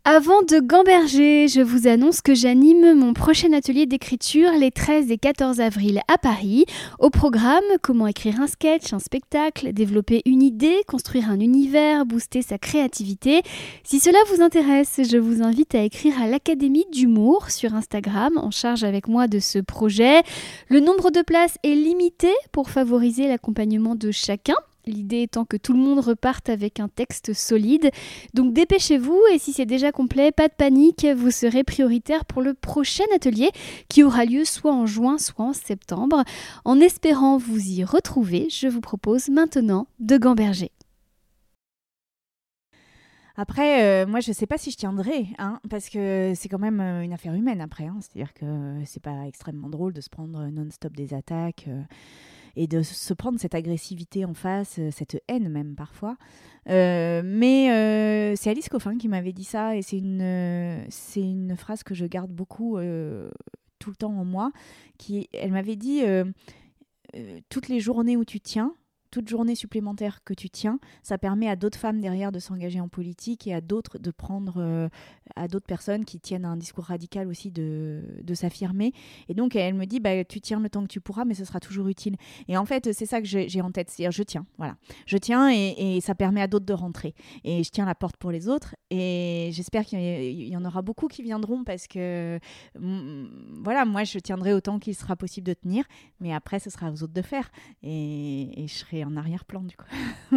Avant de gamberger, je vous annonce que j'anime mon prochain atelier d'écriture les 13 et 14 avril à Paris. Au programme, comment écrire un sketch, un spectacle, développer une idée, construire un univers, booster sa créativité. Si cela vous intéresse, je vous invite à écrire à l'Académie d'humour sur Instagram, en charge avec moi de ce projet. Le nombre de places est limité pour favoriser l'accompagnement de chacun. L'idée étant que tout le monde reparte avec un texte solide. Donc dépêchez-vous et si c'est déjà complet, pas de panique, vous serez prioritaire pour le prochain atelier qui aura lieu soit en juin, soit en septembre. En espérant vous y retrouver, je vous propose maintenant de gamberger. Après, moi, je sais pas si je tiendrai, parce que c'est quand même une affaire humaine après. C'est-à-dire que c'est pas extrêmement drôle de se prendre non-stop des attaques et de se prendre cette agressivité en face, cette haine même parfois. Mais c'est Alice Coffin qui m'avait dit ça et c'est une phrase que je garde beaucoup tout le temps en moi. Elle m'avait dit toutes les journées où tu tiens, toute journée supplémentaire que tu tiens, ça permet à d'autres femmes derrière de s'engager en politique et à d'autres de prendre, à d'autres personnes qui tiennent un discours radical aussi de s'affirmer. Et donc elle me dit, tu tiens le temps que tu pourras, mais ce sera toujours utile. Et en fait, c'est ça que j'ai en tête, c'est-à-dire je tiens, voilà. Je tiens et ça permet à d'autres de rentrer. Et je tiens la porte pour les autres et j'espère qu'il y en aura beaucoup qui viendront parce que, voilà, moi je tiendrai autant qu'il sera possible de tenir, mais après ce sera aux autres de faire. Et je serai en arrière-plan du coup.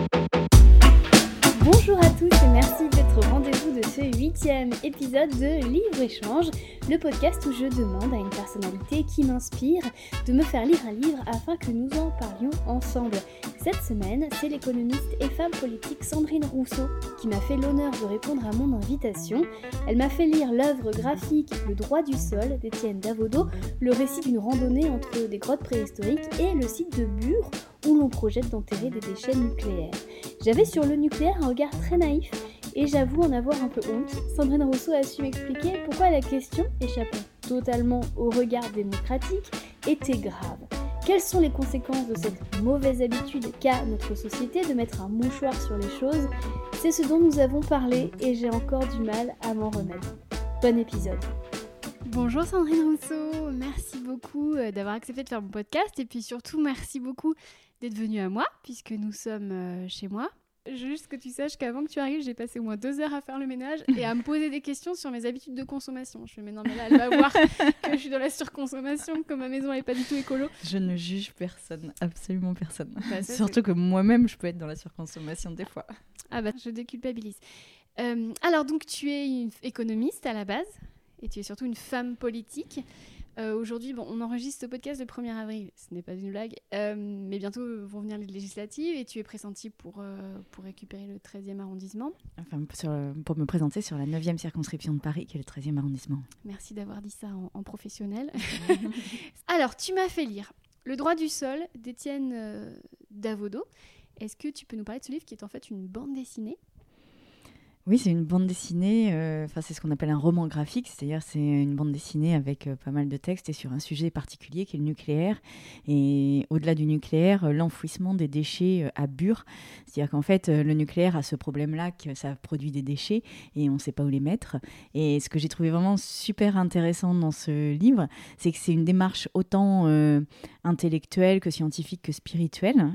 Bonjour à tous et merci d'être au rendez-vous de ce 8e épisode de Livre Échange, le podcast où je demande à une personnalité qui m'inspire de me faire lire un livre afin que nous en parlions ensemble. Cette semaine, c'est l'économiste et femme politique Sandrine Rousseau qui m'a fait l'honneur de répondre à mon invitation. Elle m'a fait lire l'œuvre graphique Le droit du sol d'Étienne Davodo, le récit d'une randonnée entre des grottes préhistoriques et le site de Bure où l'on projette d'enterrer des déchets nucléaires. J'avais sur le nucléaire un regard très naïf et j'avoue en avoir un peu honte. Sandrine Rousseau a su m'expliquer pourquoi la question, échappant totalement au regard démocratique, était grave. Quelles sont les conséquences de cette mauvaise habitude qu'a notre société de mettre un mouchoir sur les choses? C'est ce dont nous avons parlé et j'ai encore du mal à m'en remettre. Bon épisode. Bonjour Sandrine Rousseau, merci beaucoup d'avoir accepté de faire mon podcast et puis surtout merci beaucoup d'être venue à moi puisque nous sommes chez moi. Juste que tu saches qu'avant que tu arrives, j'ai passé au moins 2 heures à faire le ménage et à me poser des questions sur mes habitudes de consommation. Je me mais non mais là elle va voir que je suis dans la surconsommation, que ma maison n'est pas du tout écolo. Je ne juge personne, absolument personne. Surtout que moi-même je peux être dans la surconsommation des fois. Ah bah je déculpabilise. Alors donc tu es une économiste à la base et tu es surtout une femme politique. Aujourd'hui, on enregistre ce podcast le 1er avril, ce n'est pas une blague, mais bientôt vont venir les législatives et tu es pressentie pour récupérer le 13e arrondissement. Enfin, pour me présenter sur la 9e circonscription de Paris, qui est le 13e arrondissement. Merci d'avoir dit ça en professionnel. Alors, tu m'as fait lire Le droit du sol d'Étienne Davodo. Est-ce que tu peux nous parler de ce livre qui est en fait une bande dessinée ? Oui, c'est une bande dessinée, c'est ce qu'on appelle un roman graphique, c'est-à-dire c'est une bande dessinée avec pas mal de textes et sur un sujet particulier qui est le nucléaire. Et au-delà du nucléaire, l'enfouissement des déchets à Bure. C'est-à-dire qu'en fait, le nucléaire a ce problème-là que ça produit des déchets et on ne sait pas où les mettre. Et ce que j'ai trouvé vraiment super intéressant dans ce livre, c'est que c'est une démarche autant intellectuelle que scientifique que spirituelle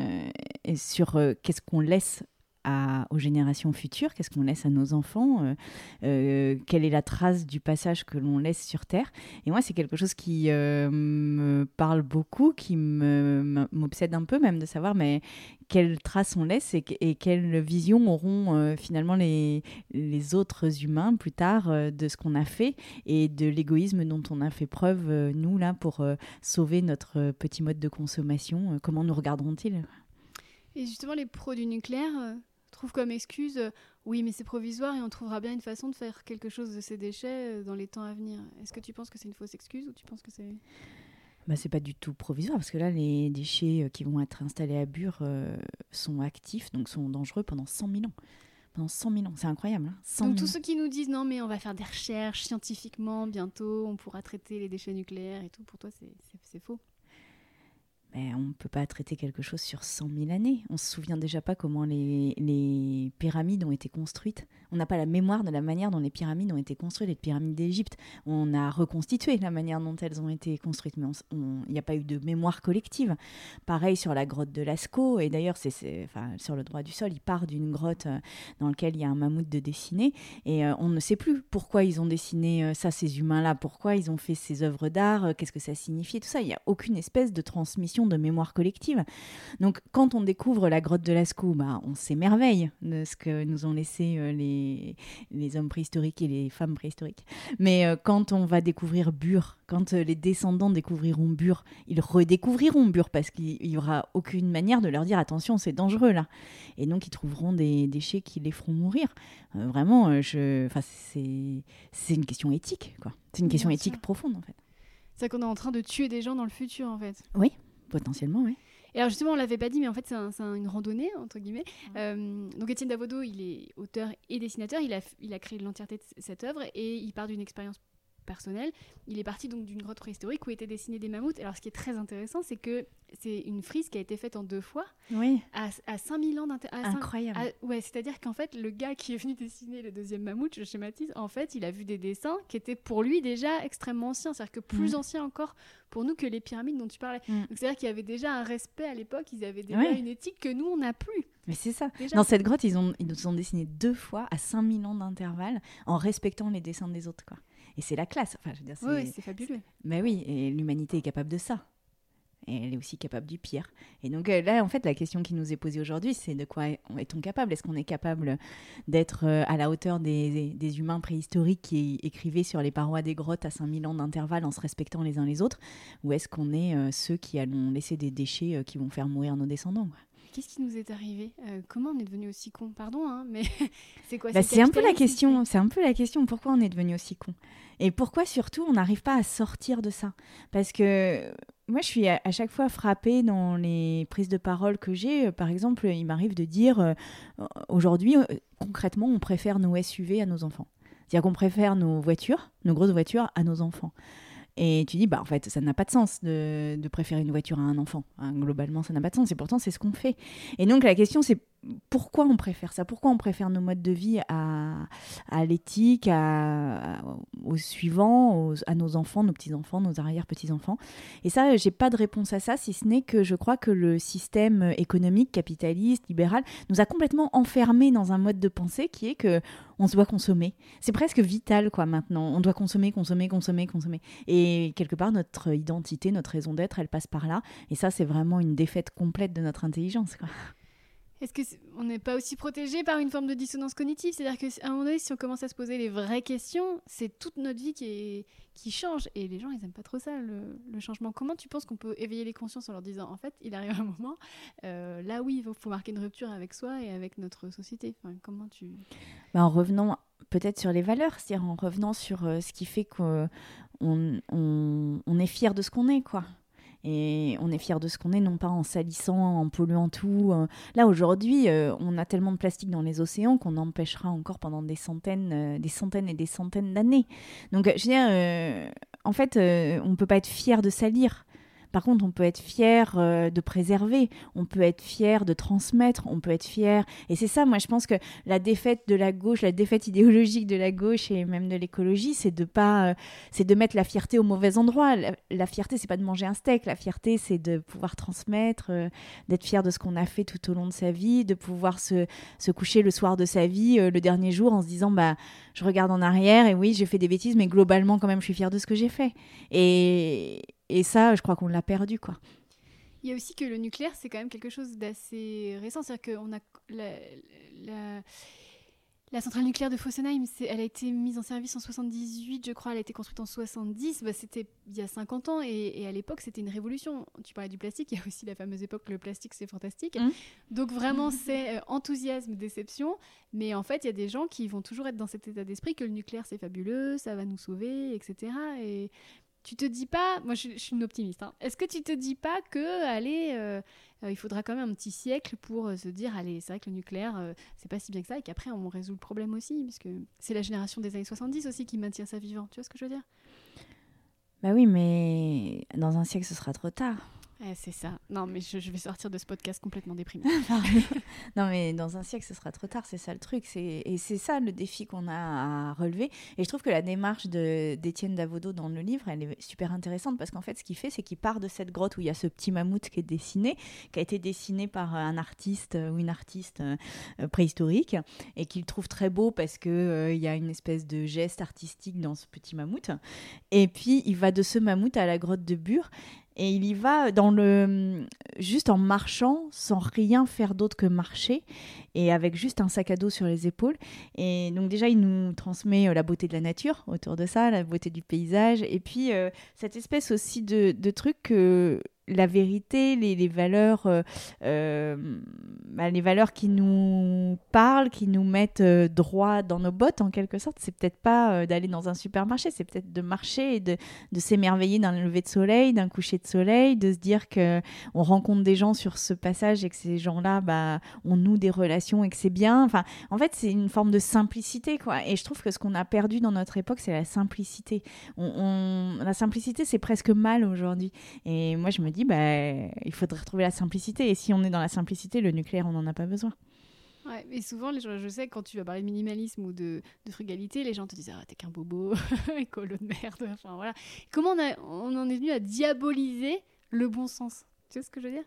et sur qu'est-ce qu'on laisse aux générations futures, qu'est-ce qu'on laisse à nos enfants, quelle est la trace du passage que l'on laisse sur Terre. Et moi, c'est quelque chose qui me parle beaucoup, qui m'obsède un peu même de savoir mais quelle trace on laisse et quelle vision auront finalement les autres humains plus tard de ce qu'on a fait et de l'égoïsme dont on a fait preuve, nous, là, pour sauver notre petit mode de consommation. Comment nous regarderont-ils ? Et justement, les pros du nucléaire trouvent comme excuse oui, mais c'est provisoire et on trouvera bien une façon de faire quelque chose de ces déchets dans les temps à venir. Est-ce que tu penses que c'est une fausse excuse ou tu penses que c'est... C'est pas du tout provisoire parce que là, les déchets qui vont être installés à Bure sont actifs, donc sont dangereux pendant 100 000 ans. Pendant 100 000 ans, c'est incroyable. Hein, donc tous ceux qui nous disent non, mais on va faire des recherches scientifiquement, bientôt, on pourra traiter les déchets nucléaires et tout, pour toi, c'est faux? on ne peut pas traiter quelque chose sur 100 000 années. On ne se souvient déjà pas comment les pyramides ont été construites. On n'a pas la mémoire de la manière dont les pyramides ont été construites, les pyramides d'Égypte. On a reconstitué la manière dont elles ont été construites, mais il n'y a pas eu de mémoire collective. Pareil sur la grotte de Lascaux, et d'ailleurs, sur le droit du sol, il part d'une grotte dans laquelle il y a un mammouth de dessiné, et on ne sait plus pourquoi ils ont dessiné ça, ces humains-là, pourquoi ils ont fait ces œuvres d'art, qu'est-ce que ça signifiait, tout ça. Il n'y a aucune espèce de transmission de mémoire collective. Donc, quand on découvre la grotte de Lascaux, on s'émerveille de ce que nous ont laissé les hommes préhistoriques et les femmes préhistoriques. Mais quand on va découvrir Bure, quand les descendants découvriront Bure, ils redécouvriront Bure parce qu'il n'y aura aucune manière de leur dire attention, c'est dangereux là. Et donc, ils trouveront des déchets qui les feront mourir. Vraiment, c'est une question éthique, quoi. C'est une question éthique profonde, en fait. C'est qu'on est en train de tuer des gens dans le futur, en fait. Oui, potentiellement, oui. Et alors justement, on l'avait pas dit, mais en fait, c'est une randonnée, entre guillemets. Donc Étienne Davodo, il est auteur et dessinateur. Il a créé l'entièreté de cette œuvre et il part d'une expérience personnelle. Il est parti donc d'une grotte préhistorique où étaient dessinés des mammouths. Alors ce qui est très intéressant, c'est que c'est une frise qui a été faite en 2 fois, oui, à 5000 ans d'intervalle. Incroyable. Ouais, c'est-à-dire qu'en fait, le gars qui est venu dessiner le deuxième mammouth, je schématise, en fait, il a vu des dessins qui étaient pour lui déjà extrêmement anciens, c'est-à-dire que plus anciens encore pour nous que les pyramides dont tu parlais. Donc c'est-à-dire qu'il y avait déjà un respect à l'époque, ils avaient déjà une éthique que nous, on n'a plus. Mais c'est ça. Déjà, dans cette grotte, ils nous ont dessiné 2 fois à 5000 ans d'intervalle en respectant les dessins des autres, quoi. Et c'est la classe. Enfin, je veux dire, c'est fabuleux. Mais oui, et l'humanité est capable de ça. Et elle est aussi capable du pire. Et donc là, en fait, la question qui nous est posée aujourd'hui, c'est de quoi est-on capable ? Est-ce qu'on est capable d'être à la hauteur des humains préhistoriques qui écrivaient sur les parois des grottes à 5000 ans d'intervalle en se respectant les uns les autres ? Ou est-ce qu'on est ceux qui allons laisser des déchets qui vont faire mourir nos descendants, quoi ? Qu'est-ce qui nous est arrivé ? Comment on est devenu aussi con ? Pardon, mais c'est quoi ? C'est un peu la question. C'est un peu la question. Pourquoi on est devenu aussi con ? Et pourquoi surtout on n'arrive pas à sortir de ça ? Parce que moi, je suis à chaque fois frappée dans les prises de parole que j'ai. Par exemple, il m'arrive de dire aujourd'hui, concrètement, on préfère nos SUV à nos enfants. C'est-à-dire qu'on préfère nos voitures, nos grosses voitures, à nos enfants. Et tu dis, en fait, ça n'a pas de sens de préférer une voiture à un enfant. Globalement, ça n'a pas de sens. Et pourtant, c'est ce qu'on fait. Et donc, la question, c'est pourquoi on préfère ça ? Pourquoi on préfère nos modes de vie à l'éthique, aux suivants, à nos enfants, nos petits-enfants, nos arrière-petits-enfants ? Et ça, j'ai pas de réponse à ça, si ce n'est que je crois que le système économique, capitaliste, libéral, nous a complètement enfermés dans un mode de pensée qui est que on se doit consommer. C'est presque vital, quoi, maintenant. On doit consommer. Et quelque part, notre identité, notre raison d'être, elle passe par là. Et ça, c'est vraiment une défaite complète de notre intelligence, quoi. Est-ce qu'on n'est pas aussi protégé par une forme de dissonance cognitive ? C'est-à-dire qu'à un moment donné, si on commence à se poser les vraies questions, c'est toute notre vie qui change. Et les gens, ils n'aiment pas trop ça, le changement. Comment tu penses qu'on peut éveiller les consciences en leur disant, en fait, il arrive un moment, là oui, il faut marquer une rupture avec soi et avec notre société. Enfin, comment tu... En revenant peut-être sur les valeurs, c'est-à-dire en revenant sur ce qui fait qu'on est fier de ce qu'on est, quoi. Et on est fier de ce qu'on est, non pas en salissant, en polluant tout. Là, aujourd'hui, on a tellement de plastique dans les océans qu'on empêchera encore pendant des centaines et des centaines d'années. Donc, je veux dire, en fait, on ne peut pas être fier de salir. Par contre, on peut être fier de préserver, on peut être fier de transmettre, on peut être fier... Et c'est ça, moi, je pense que la défaite de la gauche, la défaite idéologique de la gauche et même de l'écologie, c'est de mettre la fierté au mauvais endroit. La fierté, c'est pas de manger un steak. La fierté, c'est de pouvoir transmettre, d'être fier de ce qu'on a fait tout au long de sa vie, de pouvoir se coucher le soir de sa vie, le dernier jour, en se disant, je regarde en arrière et oui, j'ai fait des bêtises, mais globalement, quand même, je suis fière de ce que j'ai fait. Et ça, je crois qu'on l'a perdu, quoi. Il y a aussi que le nucléaire, c'est quand même quelque chose d'assez récent. C'est-à-dire qu'on a la centrale nucléaire de Fessenheim, elle a été mise en service en 78, je crois. Elle a été construite en 70. C'était il y a 50 ans. Et à l'époque, c'était une révolution. Tu parlais du plastique. Il y a aussi la fameuse époque, le plastique, c'est fantastique. Donc vraiment, c'est enthousiasme, déception. Mais en fait, il y a des gens qui vont toujours être dans cet état d'esprit que le nucléaire, c'est fabuleux, ça va nous sauver, etc. Et... tu te dis pas, moi je suis une optimiste, hein. Est-ce que tu te dis pas que, allez, il faudra quand même un petit siècle pour se dire, allez, c'est vrai que le nucléaire, c'est pas si bien que ça, et qu'après on résout le problème aussi, parce que c'est la génération des années 70 aussi qui maintient ça vivant, tu vois ce que je veux dire ? Bah oui, mais dans un siècle, ce sera trop tard. C'est ça. Non, mais je vais sortir de ce podcast complètement déprimée. Non, mais dans un siècle, ce sera trop tard, c'est ça le truc. Et c'est ça le défi qu'on a à relever. Et je trouve que la démarche d'Étienne Davodo dans le livre, elle est super intéressante parce qu'en fait, ce qu'il fait, c'est qu'il part de cette grotte où il y a ce petit mammouth qui est dessiné, qui a été dessiné par un artiste ou une artiste préhistorique et qu'il trouve très beau parce qu'il y a une espèce de geste artistique dans ce petit mammouth. Et puis, il va de ce mammouth à la grotte de Bure. Et il y va juste en marchant, sans rien faire d'autre que marcher, et avec juste un sac à dos sur les épaules. Et donc déjà, il nous transmet la beauté de la nature autour de ça, la beauté du paysage, et puis cette espèce aussi de truc que la vérité, les valeurs, les valeurs qui nous parlent, qui nous mettent droit dans nos bottes en quelque sorte, c'est peut-être pas d'aller dans un supermarché, c'est peut-être de marcher et de s'émerveiller d'un lever de soleil, d'un coucher de soleil, de se dire qu'on rencontre des gens sur ce passage et que ces gens-là, on noue des relations et que c'est bien. Enfin, en fait, c'est une forme de simplicité, quoi. Et je trouve que ce qu'on a perdu dans notre époque, c'est la simplicité. La simplicité, c'est presque mal aujourd'hui. Et moi, je me dis, il faudrait retrouver la simplicité. Et si on est dans la simplicité, le nucléaire, on n'en a pas besoin. Ouais, et souvent, les gens, je sais, quand tu vas parler de minimalisme ou de frugalité, les gens te disent « Ah, t'es qu'un bobo, écolo de merde ». Enfin, voilà. Comment on en est venu à diaboliser le bon sens? Tu sais ce que je veux dire?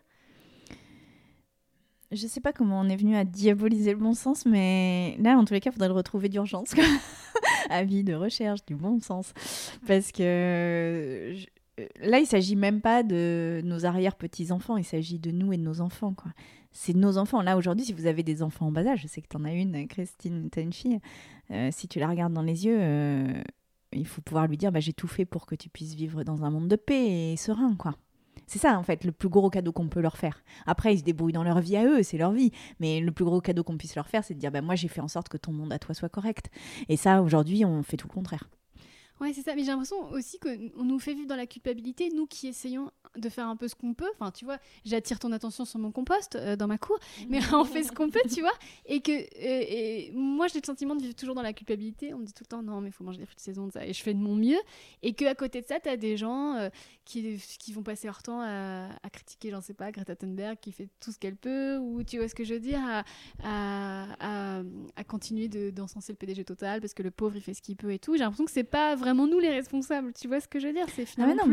Je sais pas comment on est venu à diaboliser le bon sens, mais là, en tous les cas, il faudrait le retrouver d'urgence. Avis de recherche du bon sens. Parce que là, il s'agit même pas de nos arrière-petits-enfants, il s'agit de nous et de nos enfants, quoi. C'est nos enfants. Là, aujourd'hui, si vous avez des enfants en bas âge, je sais que tu en as une, Christine, tu as une fille, si tu la regardes dans les yeux, il faut pouvoir lui dire j'ai tout fait pour que tu puisses vivre dans un monde de paix et serein, quoi. C'est ça, en fait, le plus gros cadeau qu'on peut leur faire. Après, ils se débrouillent dans leur vie à eux, c'est leur vie. Mais le plus gros cadeau qu'on puisse leur faire, c'est de dire moi, j'ai fait en sorte que ton monde à toi soit correct. Et ça, aujourd'hui, on fait tout le contraire. Ouais, c'est ça. Mais j'ai l'impression aussi qu'on nous fait vivre dans la culpabilité, nous qui essayons de faire un peu ce qu'on peut. Enfin, tu vois, j'attire ton attention sur mon compost dans ma cour, mais on fait ce qu'on peut, tu vois. Et moi, j'ai le sentiment de vivre toujours dans la culpabilité. On me dit tout le temps, non, mais il faut manger des fruits de saison, ça. Et je fais de mon mieux. Et qu'à côté de ça, tu as des gens qui vont passer leur temps à critiquer, j'en sais pas, Greta Thunberg qui fait tout ce qu'elle peut, ou tu vois ce que je veux dire, à continuer d'encenser le PDG Total parce que le pauvre, il fait ce qu'il peut et tout. J'ai l'impression que c'est pas vraiment nous les responsables, tu vois ce que je veux dire? C'est finalement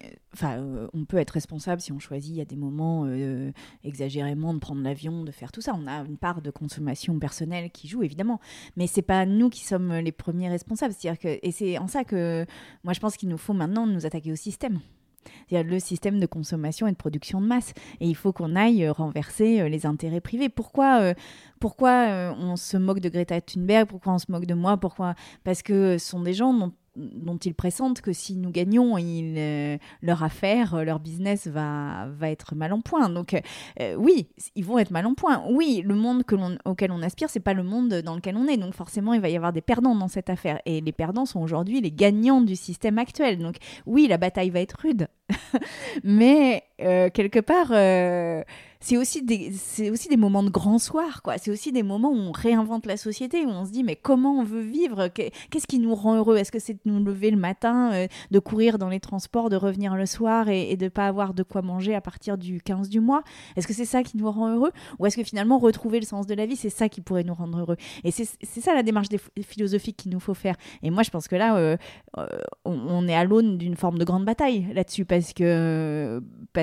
on peut être responsable si on choisit, il y a des moments exagérément de prendre l'avion, de faire tout ça. On a une part de consommation personnelle qui joue, évidemment. Mais c'est pas nous qui sommes les premiers responsables. Et c'est en ça que moi, je pense qu'il nous faut maintenant nous attaquer au système. C'est-à-dire le système de consommation et de production de masse. Et il faut qu'on aille renverser les intérêts privés. Pourquoi on se moque de Greta Thunberg? Pourquoi on se moque de moi? Parce que ce sont des gens dont ils pressentent que si nous gagnons, leur affaire, leur business va être mal en point. Donc oui, ils vont être mal en point. Oui, le monde auquel on aspire, c'est pas le monde dans lequel on est. Donc forcément, il va y avoir des perdants dans cette affaire. Et les perdants sont aujourd'hui les gagnants du système actuel. Donc oui, la bataille va être rude. Mais quelque part, c'est aussi des moments de grand soir, quoi. C'est aussi des moments où on réinvente la société, où on se dit mais comment on veut vivre, qu'est-ce qui nous rend heureux? Est-ce que c'est de nous lever le matin, de courir dans les transports, de revenir le soir et de ne pas avoir de quoi manger à partir du 15 du mois? Est-ce que c'est ça qui nous rend heureux? Ou est-ce que finalement retrouver le sens de la vie, c'est ça qui pourrait nous rendre heureux? Et c'est ça la démarche philosophique qu'il nous faut faire. Et moi je pense que là on est à l'aune d'une forme de grande bataille là-dessus, parce que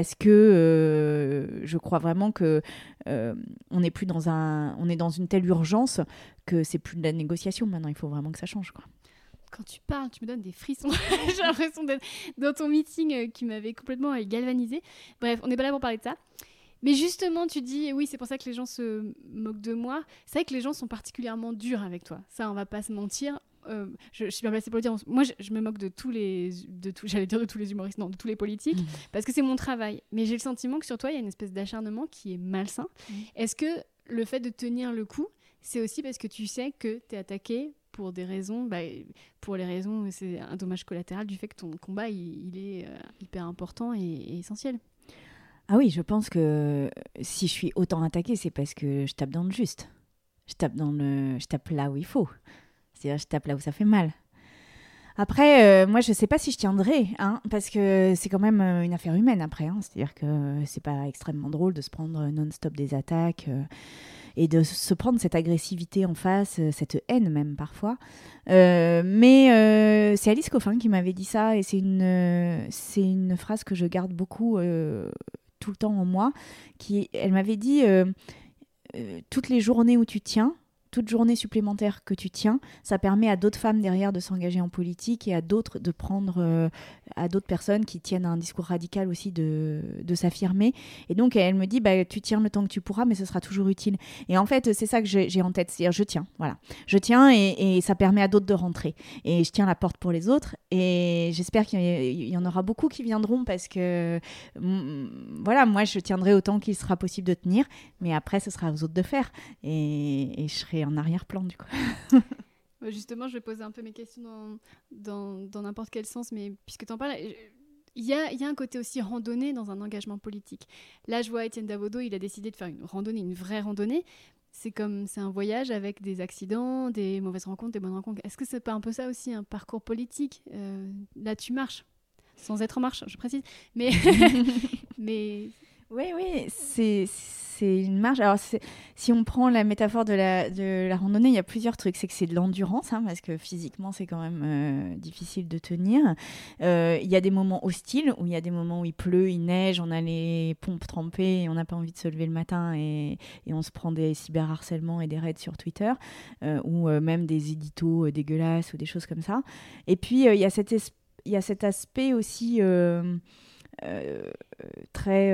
je crois vraiment que on est dans une telle urgence que c'est plus de la négociation maintenant. Il faut vraiment que ça change, quoi. Quand tu parles, tu me donnes des frissons. J'ai l'impression d'être dans ton meeting qui m'avait complètement galvanisée. Bref, on n'est pas là pour parler de ça. Mais justement, tu dis, oui, c'est pour ça que les gens se moquent de moi. C'est vrai que les gens sont particulièrement durs avec toi. Ça, on va pas se mentir. Je suis bien placée pour le dire. Moi, je me moque de tous les humoristes, non, de tous les politiques, parce que c'est mon travail. Mais j'ai le sentiment que sur toi, il y a une espèce d'acharnement qui est malsain. Est-ce que le fait de tenir le coup, c'est aussi parce que tu sais que tu es attaqué pour des raisons, pour les raisons, c'est un dommage collatéral du fait que ton combat, il est hyper important et essentiel. Ah oui, je pense que si je suis autant attaquée, c'est parce que je tape dans le juste. Je tape là où il faut. C'est-à-dire, je tape là où ça fait mal. Après, moi, je sais pas si je tiendrai, hein, parce que c'est quand même une affaire humaine après. Hein, c'est-à-dire que c'est pas extrêmement drôle de se prendre non-stop des attaques et de se prendre cette agressivité en face, cette haine même parfois. Mais c'est Alice Coffin qui m'avait dit ça, et c'est une phrase que je garde beaucoup tout le temps en moi. Elle m'avait dit toutes les journées où tu tiens, toute journée supplémentaire que tu tiens, ça permet à d'autres femmes derrière de s'engager en politique et à d'autres de prendre, à d'autres personnes qui tiennent un discours radical aussi de s'affirmer. Et donc elle me dit, tu tiens le temps que tu pourras, mais ce sera toujours utile. Et en fait, c'est ça que j'ai en tête, c'est-à-dire je tiens, voilà. Je tiens et ça permet à d'autres de rentrer. Et je tiens la porte pour les autres et j'espère qu'il y en aura beaucoup qui viendront parce que, voilà, moi je tiendrai autant qu'il sera possible de tenir, mais après ce sera aux autres de faire. Et je serai en arrière-plan du coup. Justement, je vais poser un peu mes questions dans n'importe quel sens, mais puisque tu en parles, il y a un côté aussi randonnée dans un engagement politique. Là, je vois Étienne Davodo, il a décidé de faire une randonnée, une vraie randonnée. C'est un voyage avec des accidents, des mauvaises rencontres, des bonnes rencontres. Est-ce que c'est pas un peu ça aussi, un parcours politique ? Là, tu marches, sans être en marche, je précise, mais... Oui, c'est une marche. Alors, si on prend la métaphore de la randonnée, il y a plusieurs trucs. C'est que c'est de l'endurance, hein, parce que physiquement, c'est quand même difficile de tenir. Il y a des moments hostiles, où il y a des moments où il pleut, il neige, on a les pompes trempées, et on n'a pas envie de se lever le matin, et on se prend des cyberharcèlements et des raids sur Twitter, ou même des éditos dégueulasses, ou des choses comme ça. Et puis, il y a cet aspect aussi... très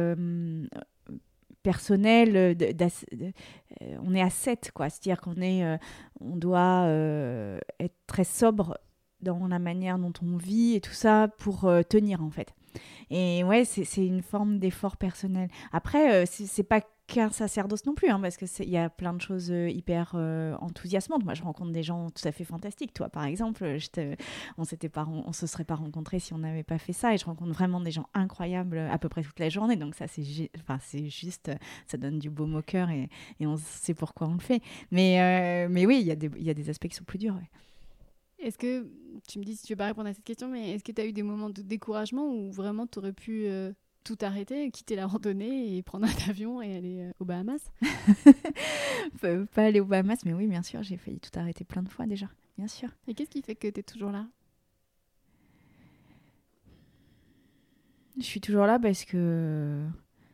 personnel, on est à 7, quoi. C'est-à-dire on doit être très sobre dans la manière dont on vit et tout ça pour tenir en fait. Et ouais, c'est une forme d'effort personnel. Après, c'est pas qu'un sacerdoce non plus, hein, parce qu'il y a plein de choses hyper enthousiasmantes. Moi, je rencontre des gens tout à fait fantastiques. Toi, par exemple, on se serait pas rencontrés si on n'avait pas fait ça. Et je rencontre vraiment des gens incroyables à peu près toute la journée. Donc ça, c'est juste, ça donne du baume au cœur et on sait pourquoi on le fait. Mais oui, il y a des aspects qui sont plus durs. Ouais. Est-ce que, tu me dis si tu veux pas répondre à cette question, mais est-ce que tu as eu des moments de découragement où vraiment tu aurais pu tout arrêter, quitter la randonnée et prendre un avion et aller aux Bahamas ? Pas aller aux Bahamas, mais oui, bien sûr, j'ai failli tout arrêter plein de fois déjà, bien sûr. Et qu'est-ce qui fait que tu es toujours là ? Je suis toujours là parce que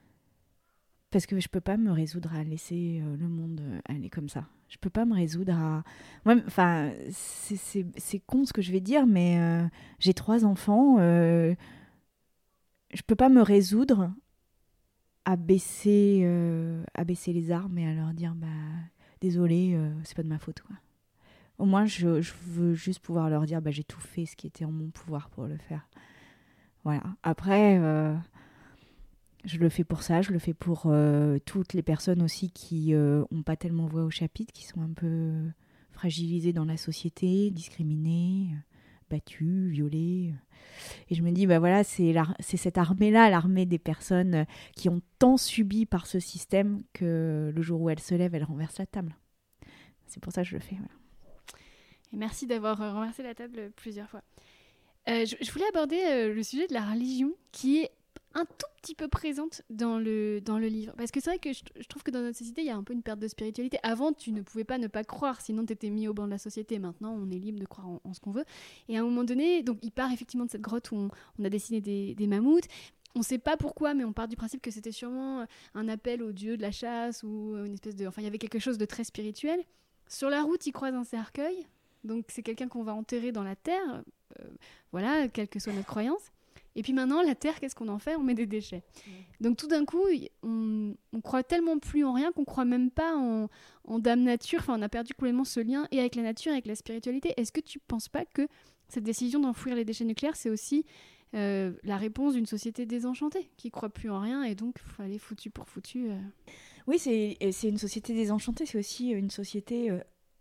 je peux pas me résoudre à laisser le monde aller comme ça. Je peux pas me résoudre à... Enfin, c'est con ce que je vais dire, mais j'ai 3 enfants. Je peux pas me résoudre à baisser les armes et à leur dire désolé, c'est pas de ma faute, quoi. Au moins, je veux juste pouvoir leur dire j'ai tout fait ce qui était en mon pouvoir pour le faire. Voilà. Après... je le fais pour ça, je le fais pour toutes les personnes aussi qui n'ont pas tellement voix au chapitre, qui sont un peu fragilisées dans la société, discriminées, battues, violées. Et je me dis, voilà, c'est cette armée-là, l'armée des personnes qui ont tant subi par ce système que le jour où elles se lèvent, elles renversent la table. C'est pour ça que je le fais. Voilà. Et merci d'avoir renversé la table plusieurs fois. Je voulais aborder le sujet de la religion qui est un tout petit peu présente dans le livre. Parce que c'est vrai que je trouve que dans notre société, il y a un peu une perte de spiritualité. Avant, tu ne pouvais pas ne pas croire, sinon tu étais mis au banc de la société. Maintenant, on est libre de croire en ce qu'on veut. Et à un moment donné, donc, il part effectivement de cette grotte où on a dessiné des mammouths. On ne sait pas pourquoi, mais on part du principe que c'était sûrement un appel au dieu de la chasse ou une espèce de... Enfin, il y avait quelque chose de très spirituel. Sur la route, il croise un cercueil. Donc, c'est quelqu'un qu'on va enterrer dans la terre. Voilà, quelle que soit notre croyance. Et puis maintenant, la terre, qu'est-ce qu'on en fait ? On met des déchets. Donc tout d'un coup, on croit tellement plus en rien qu'on croit même pas en dame nature. Enfin, on a perdu complètement ce lien et avec la nature, et avec la spiritualité. Est-ce que tu penses pas que cette décision d'enfouir les déchets nucléaires, c'est aussi la réponse d'une société désenchantée qui croit plus en rien et donc aller foutu pour foutu Oui, c'est une société désenchantée. C'est aussi une société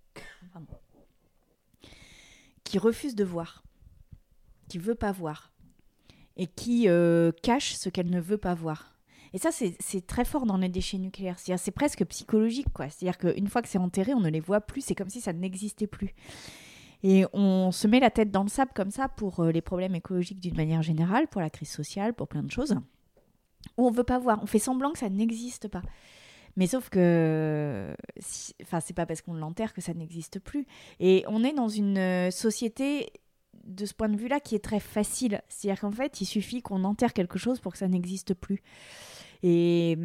qui refuse de voir, qui veut pas voir. Et qui cache ce qu'elle ne veut pas voir. Et ça, c'est très fort dans les déchets nucléaires. C'est presque psychologique, quoi. C'est-à-dire qu'une fois que c'est enterré, on ne les voit plus. C'est comme si ça n'existait plus. Et on se met la tête dans le sable comme ça pour les problèmes écologiques d'une manière générale, pour la crise sociale, pour plein de choses, où on veut pas voir, on fait semblant que ça n'existe pas. Mais sauf que, c'est pas parce qu'on l'enterre que ça n'existe plus. Et on est dans une société, de ce point de vue-là, qui est très facile. C'est-à-dire qu'en fait, il suffit qu'on enterre quelque chose pour que ça n'existe plus. Et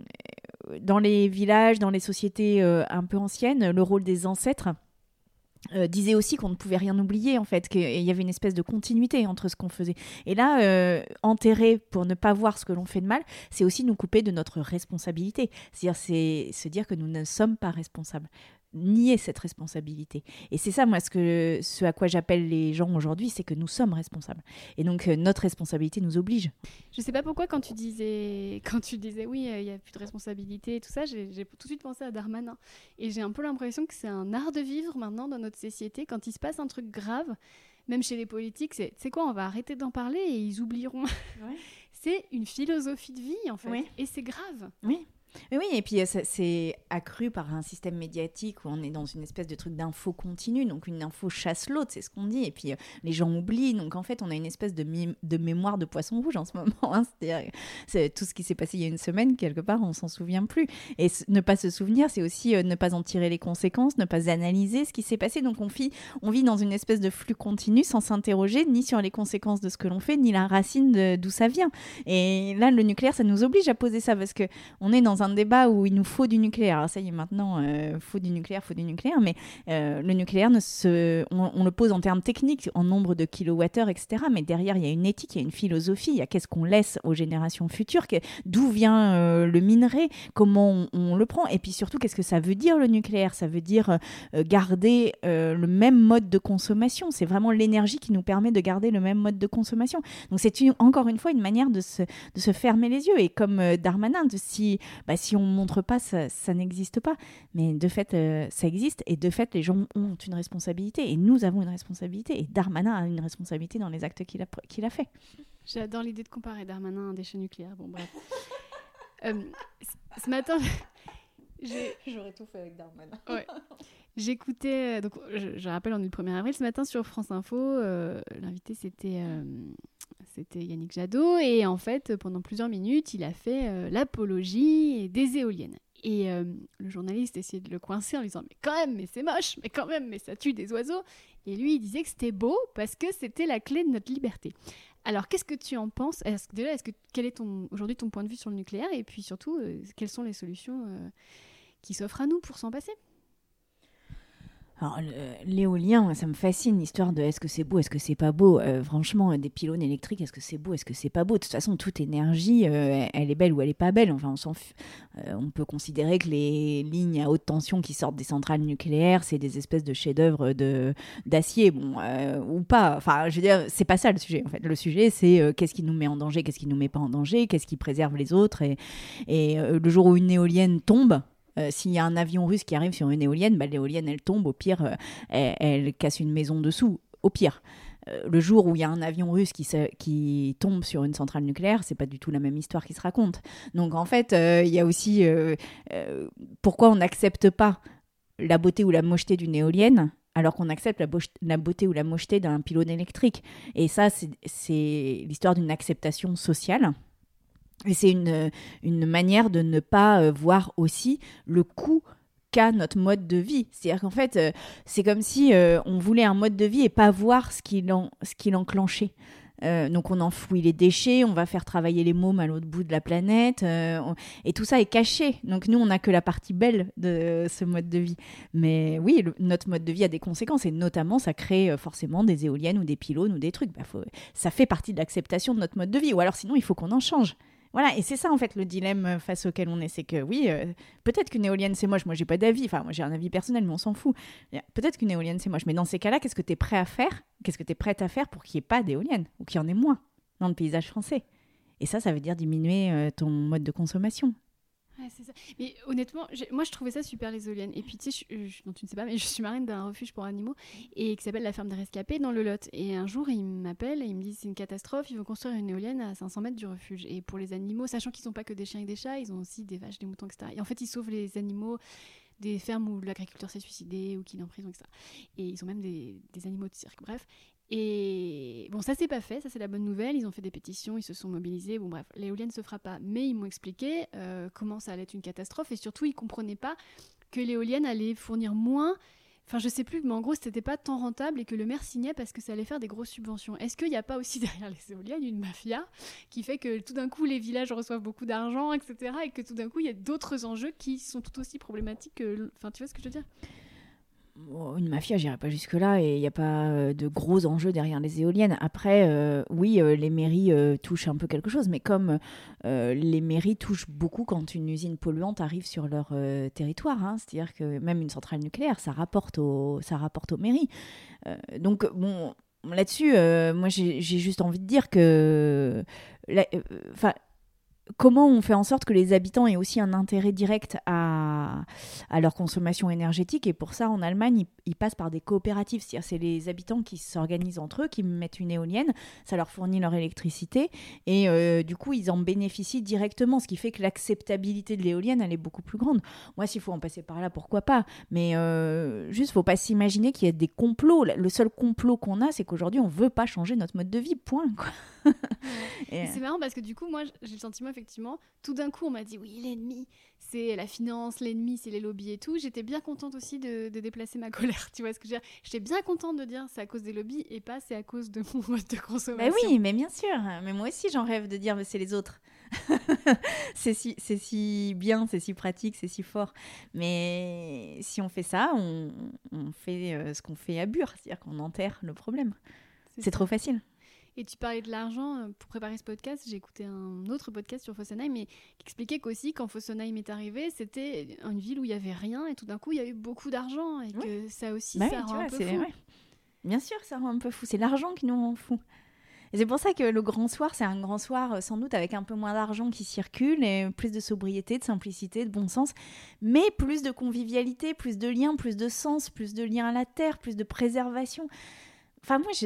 dans les villages, dans les sociétés un peu anciennes, le rôle des ancêtres disait aussi qu'on ne pouvait rien oublier, en fait, qu'il y avait une espèce de continuité entre ce qu'on faisait. Et là, enterrer pour ne pas voir ce que l'on fait de mal, c'est aussi nous couper de notre responsabilité. C'est-à-dire, c'est se dire que nous ne sommes pas responsables. Nier cette responsabilité. Et c'est ça, moi, ce à quoi j'appelle les gens aujourd'hui, c'est que nous sommes responsables. Et donc, notre responsabilité nous oblige. Je sais pas pourquoi, quand tu disais oui, il n'y a plus de responsabilité et tout ça, j'ai tout de suite pensé à Darmanin. Et j'ai un peu l'impression que c'est un art de vivre maintenant dans notre société. Quand il se passe un truc grave, même chez les politiques, c'est quoi, on va arrêter d'en parler et ils oublieront. Ouais. C'est une philosophie de vie, en fait. Oui. Et c'est grave. Oui. Oui, et puis c'est accru par un système médiatique où on est dans une espèce de truc d'info continue, donc une info chasse l'autre, c'est ce qu'on dit, et puis les gens oublient, donc en fait on a une espèce de mémoire de poisson rouge en ce moment, hein. C'est-à-dire c'est tout ce qui s'est passé il y a une semaine, quelque part on s'en souvient plus, et ne pas se souvenir, c'est aussi ne pas en tirer les conséquences, ne pas analyser ce qui s'est passé, donc on vit dans une espèce de flux continu sans s'interroger ni sur les conséquences de ce que l'on fait, ni la racine d'où ça vient, et là le nucléaire ça nous oblige à poser ça, parce qu'on est dans un débat où il nous faut du nucléaire. Alors ça y est, maintenant, faut du nucléaire, mais le nucléaire, on le pose en termes techniques, en nombre de kilowattheures, etc. Mais derrière, il y a une éthique, il y a une philosophie, il y a qu'est-ce qu'on laisse aux générations futures, d'où vient le minerai, comment on le prend, et puis surtout, qu'est-ce que ça veut dire le nucléaire ? Ça veut dire garder le même mode de consommation. C'est vraiment l'énergie qui nous permet de garder le même mode de consommation. Donc c'est encore une fois une manière de se fermer les yeux. Et comme Darmanin, si on ne montre pas, ça n'existe pas. Mais de fait, ça existe. Et de fait, les gens ont une responsabilité. Et nous avons une responsabilité. Et Darmanin a une responsabilité dans les actes qu'il a fait. J'adore l'idée de comparer Darmanin à un déchet nucléaire. Bon, bref. Ce matin, j'aurais tout fait avec Darmanin. Ouais. J'écoutais, donc je rappelle, on est le 1er avril, ce matin sur France Info, l'invité c'était Yannick Jadot, et en fait pendant plusieurs minutes il a fait l'apologie des éoliennes. Et le journaliste essayait de le coincer en lui disant « mais quand même, mais c'est moche, mais quand même, mais ça tue des oiseaux ». Et lui il disait que c'était beau parce que c'était la clé de notre liberté. Alors qu'est-ce que tu en penses ? Quel est aujourd'hui ton point de vue sur le nucléaire ? Et puis surtout, quelles sont les solutions qui s'offrent à nous pour s'en passer ? Alors, l'éolien, ça me fascine, l'histoire de est-ce que c'est beau, est-ce que c'est pas beau. Franchement, des pylônes électriques, est-ce que c'est beau, est-ce que c'est pas beau. De toute façon, toute énergie, elle est belle ou elle est pas belle. Enfin, on peut considérer que les lignes à haute tension qui sortent des centrales nucléaires, c'est des espèces de chefs-d'œuvre d'acier, ou pas. Enfin, je veux dire, c'est pas ça le sujet. En fait, le sujet, c'est qu'est-ce qui nous met en danger, qu'est-ce qui nous met pas en danger, qu'est-ce qui préserve les autres. Et le jour où une éolienne tombe, s'il y a un avion russe qui arrive sur une éolienne, l'éolienne, elle tombe. Au pire, elle casse une maison dessous. Au pire. Le jour où il y a un avion russe qui tombe sur une centrale nucléaire, c'est pas du tout la même histoire qui se raconte. Donc, en fait, il y a aussi pourquoi on n'accepte pas la beauté ou la mocheté d'une éolienne alors qu'on accepte la beauté ou la mocheté d'un pylône électrique. Et ça, c'est l'histoire d'une acceptation sociale. Et c'est une manière de ne pas voir aussi le coût qu'a notre mode de vie. C'est-à-dire qu'en fait, c'est comme si on voulait un mode de vie et pas voir ce qu'il enclenchait. Donc on enfouit les déchets, on va faire travailler les mômes à l'autre bout de la planète, et tout ça est caché. Donc nous, on n'a que la partie belle de ce mode de vie. Mais oui, notre mode de vie a des conséquences, et notamment ça crée forcément des éoliennes ou des pylônes ou des trucs. Ça fait partie de l'acceptation de notre mode de vie, ou alors sinon il faut qu'on en change. Voilà, et c'est ça en fait le dilemme face auquel on est, c'est que oui, peut-être qu'une éolienne c'est moche, moi j'ai pas d'avis, enfin moi j'ai un avis personnel mais on s'en fout. Peut-être qu'une éolienne c'est moche, mais dans ces cas-là, qu'est-ce que tu es prêt à faire ? Qu'est-ce que tu es prête à faire pour qu'il n'y ait pas d'éolienne ou qu'il y en ait moins dans le paysage français ? Et ça veut dire diminuer ton mode de consommation. Ouais, c'est ça. Mais honnêtement, moi je trouvais ça super, les éoliennes. Et puis tu sais, dont tu ne sais pas, mais je suis marraine d'un refuge pour animaux et qui s'appelle la ferme des rescapés dans le Lot. Et un jour, ils m'appellent et ils me disent c'est une catastrophe, ils vont construire une éolienne à 500 mètres du refuge. Et pour les animaux, sachant qu'ils n'ont pas que des chiens et des chats, ils ont aussi des vaches, des moutons, etc. Et en fait, ils sauvent les animaux des fermes où l'agriculteur s'est suicidé ou qu'il est en prison, etc. Et ils ont même des animaux de cirque, bref. Et bon, ça s'est pas fait, ça c'est la bonne nouvelle. Ils ont fait des pétitions, ils se sont mobilisés. Bon, bref, l'éolienne se fera pas. Mais ils m'ont expliqué comment ça allait être une catastrophe et surtout, ils comprenaient pas que l'éolienne allait fournir moins. Enfin, je sais plus, mais en gros, c'était pas tant rentable et que le maire signait parce que ça allait faire des grosses subventions. Est-ce qu'il n'y a pas aussi derrière les éoliennes une mafia qui fait que tout d'un coup, les villages reçoivent beaucoup d'argent, etc. et que tout d'un coup, il y a d'autres enjeux qui sont tout aussi problématiques que... Enfin, tu vois ce que je veux dire ? Une mafia, j'irai pas jusque-là, et il n'y a pas de gros enjeux derrière les éoliennes. Après, oui, les mairies touchent un peu quelque chose, mais comme les mairies touchent beaucoup quand une usine polluante arrive sur leur territoire, hein, c'est-à-dire que même une centrale nucléaire, ça rapporte aux mairies. Donc, bon, là-dessus, moi, j'ai juste envie de dire que... Comment on fait en sorte que les habitants aient aussi un intérêt direct à leur consommation énergétique ? Et pour ça, en Allemagne, ils passent par des coopératives. C'est-à-dire c'est les habitants qui s'organisent entre eux, qui mettent une éolienne, ça leur fournit leur électricité, et du coup, ils en bénéficient directement, ce qui fait que l'acceptabilité de l'éolienne, elle est beaucoup plus grande. Moi, s'il faut en passer par là, pourquoi pas ? Mais juste, il ne faut pas s'imaginer qu'il y a des complots. Le seul complot qu'on a, c'est qu'aujourd'hui, on ne veut pas changer notre mode de vie, point, quoi. Et c'est marrant parce que du coup, moi, j'ai le sentiment, effectivement, tout d'un coup, on m'a dit oui, l'ennemi, c'est la finance, l'ennemi, c'est les lobbies et tout. J'étais bien contente aussi de déplacer ma colère, tu vois ce que je veux dire ? J'étais bien contente de dire c'est à cause des lobbies et pas c'est à cause de mon mode de consommation. Bah oui, mais bien sûr. Mais moi aussi, j'en rêve de dire c'est les autres. c'est si bien, c'est si pratique, c'est si fort. Mais si on fait ça, on fait ce qu'on fait à Bure, c'est-à-dire qu'on enterre le problème. C'est trop facile. Et tu parlais de l'argent, pour préparer ce podcast, j'ai écouté un autre podcast sur Fessenheim, mais qui expliquait qu'aussi, quand Fessenheim est arrivé, c'était une ville où il n'y avait rien, et tout d'un coup, il y a eu beaucoup d'argent, et que ça aussi, ça rend un peu fou. Ouais. Bien sûr, ça rend un peu fou. C'est l'argent qui nous rend fou. Et c'est pour ça que le grand soir, c'est un grand soir, sans doute, avec un peu moins d'argent qui circule, et plus de sobriété, de simplicité, de bon sens, mais plus de convivialité, plus de liens, plus de sens, plus de liens à la terre, plus de préservation. Enfin, moi,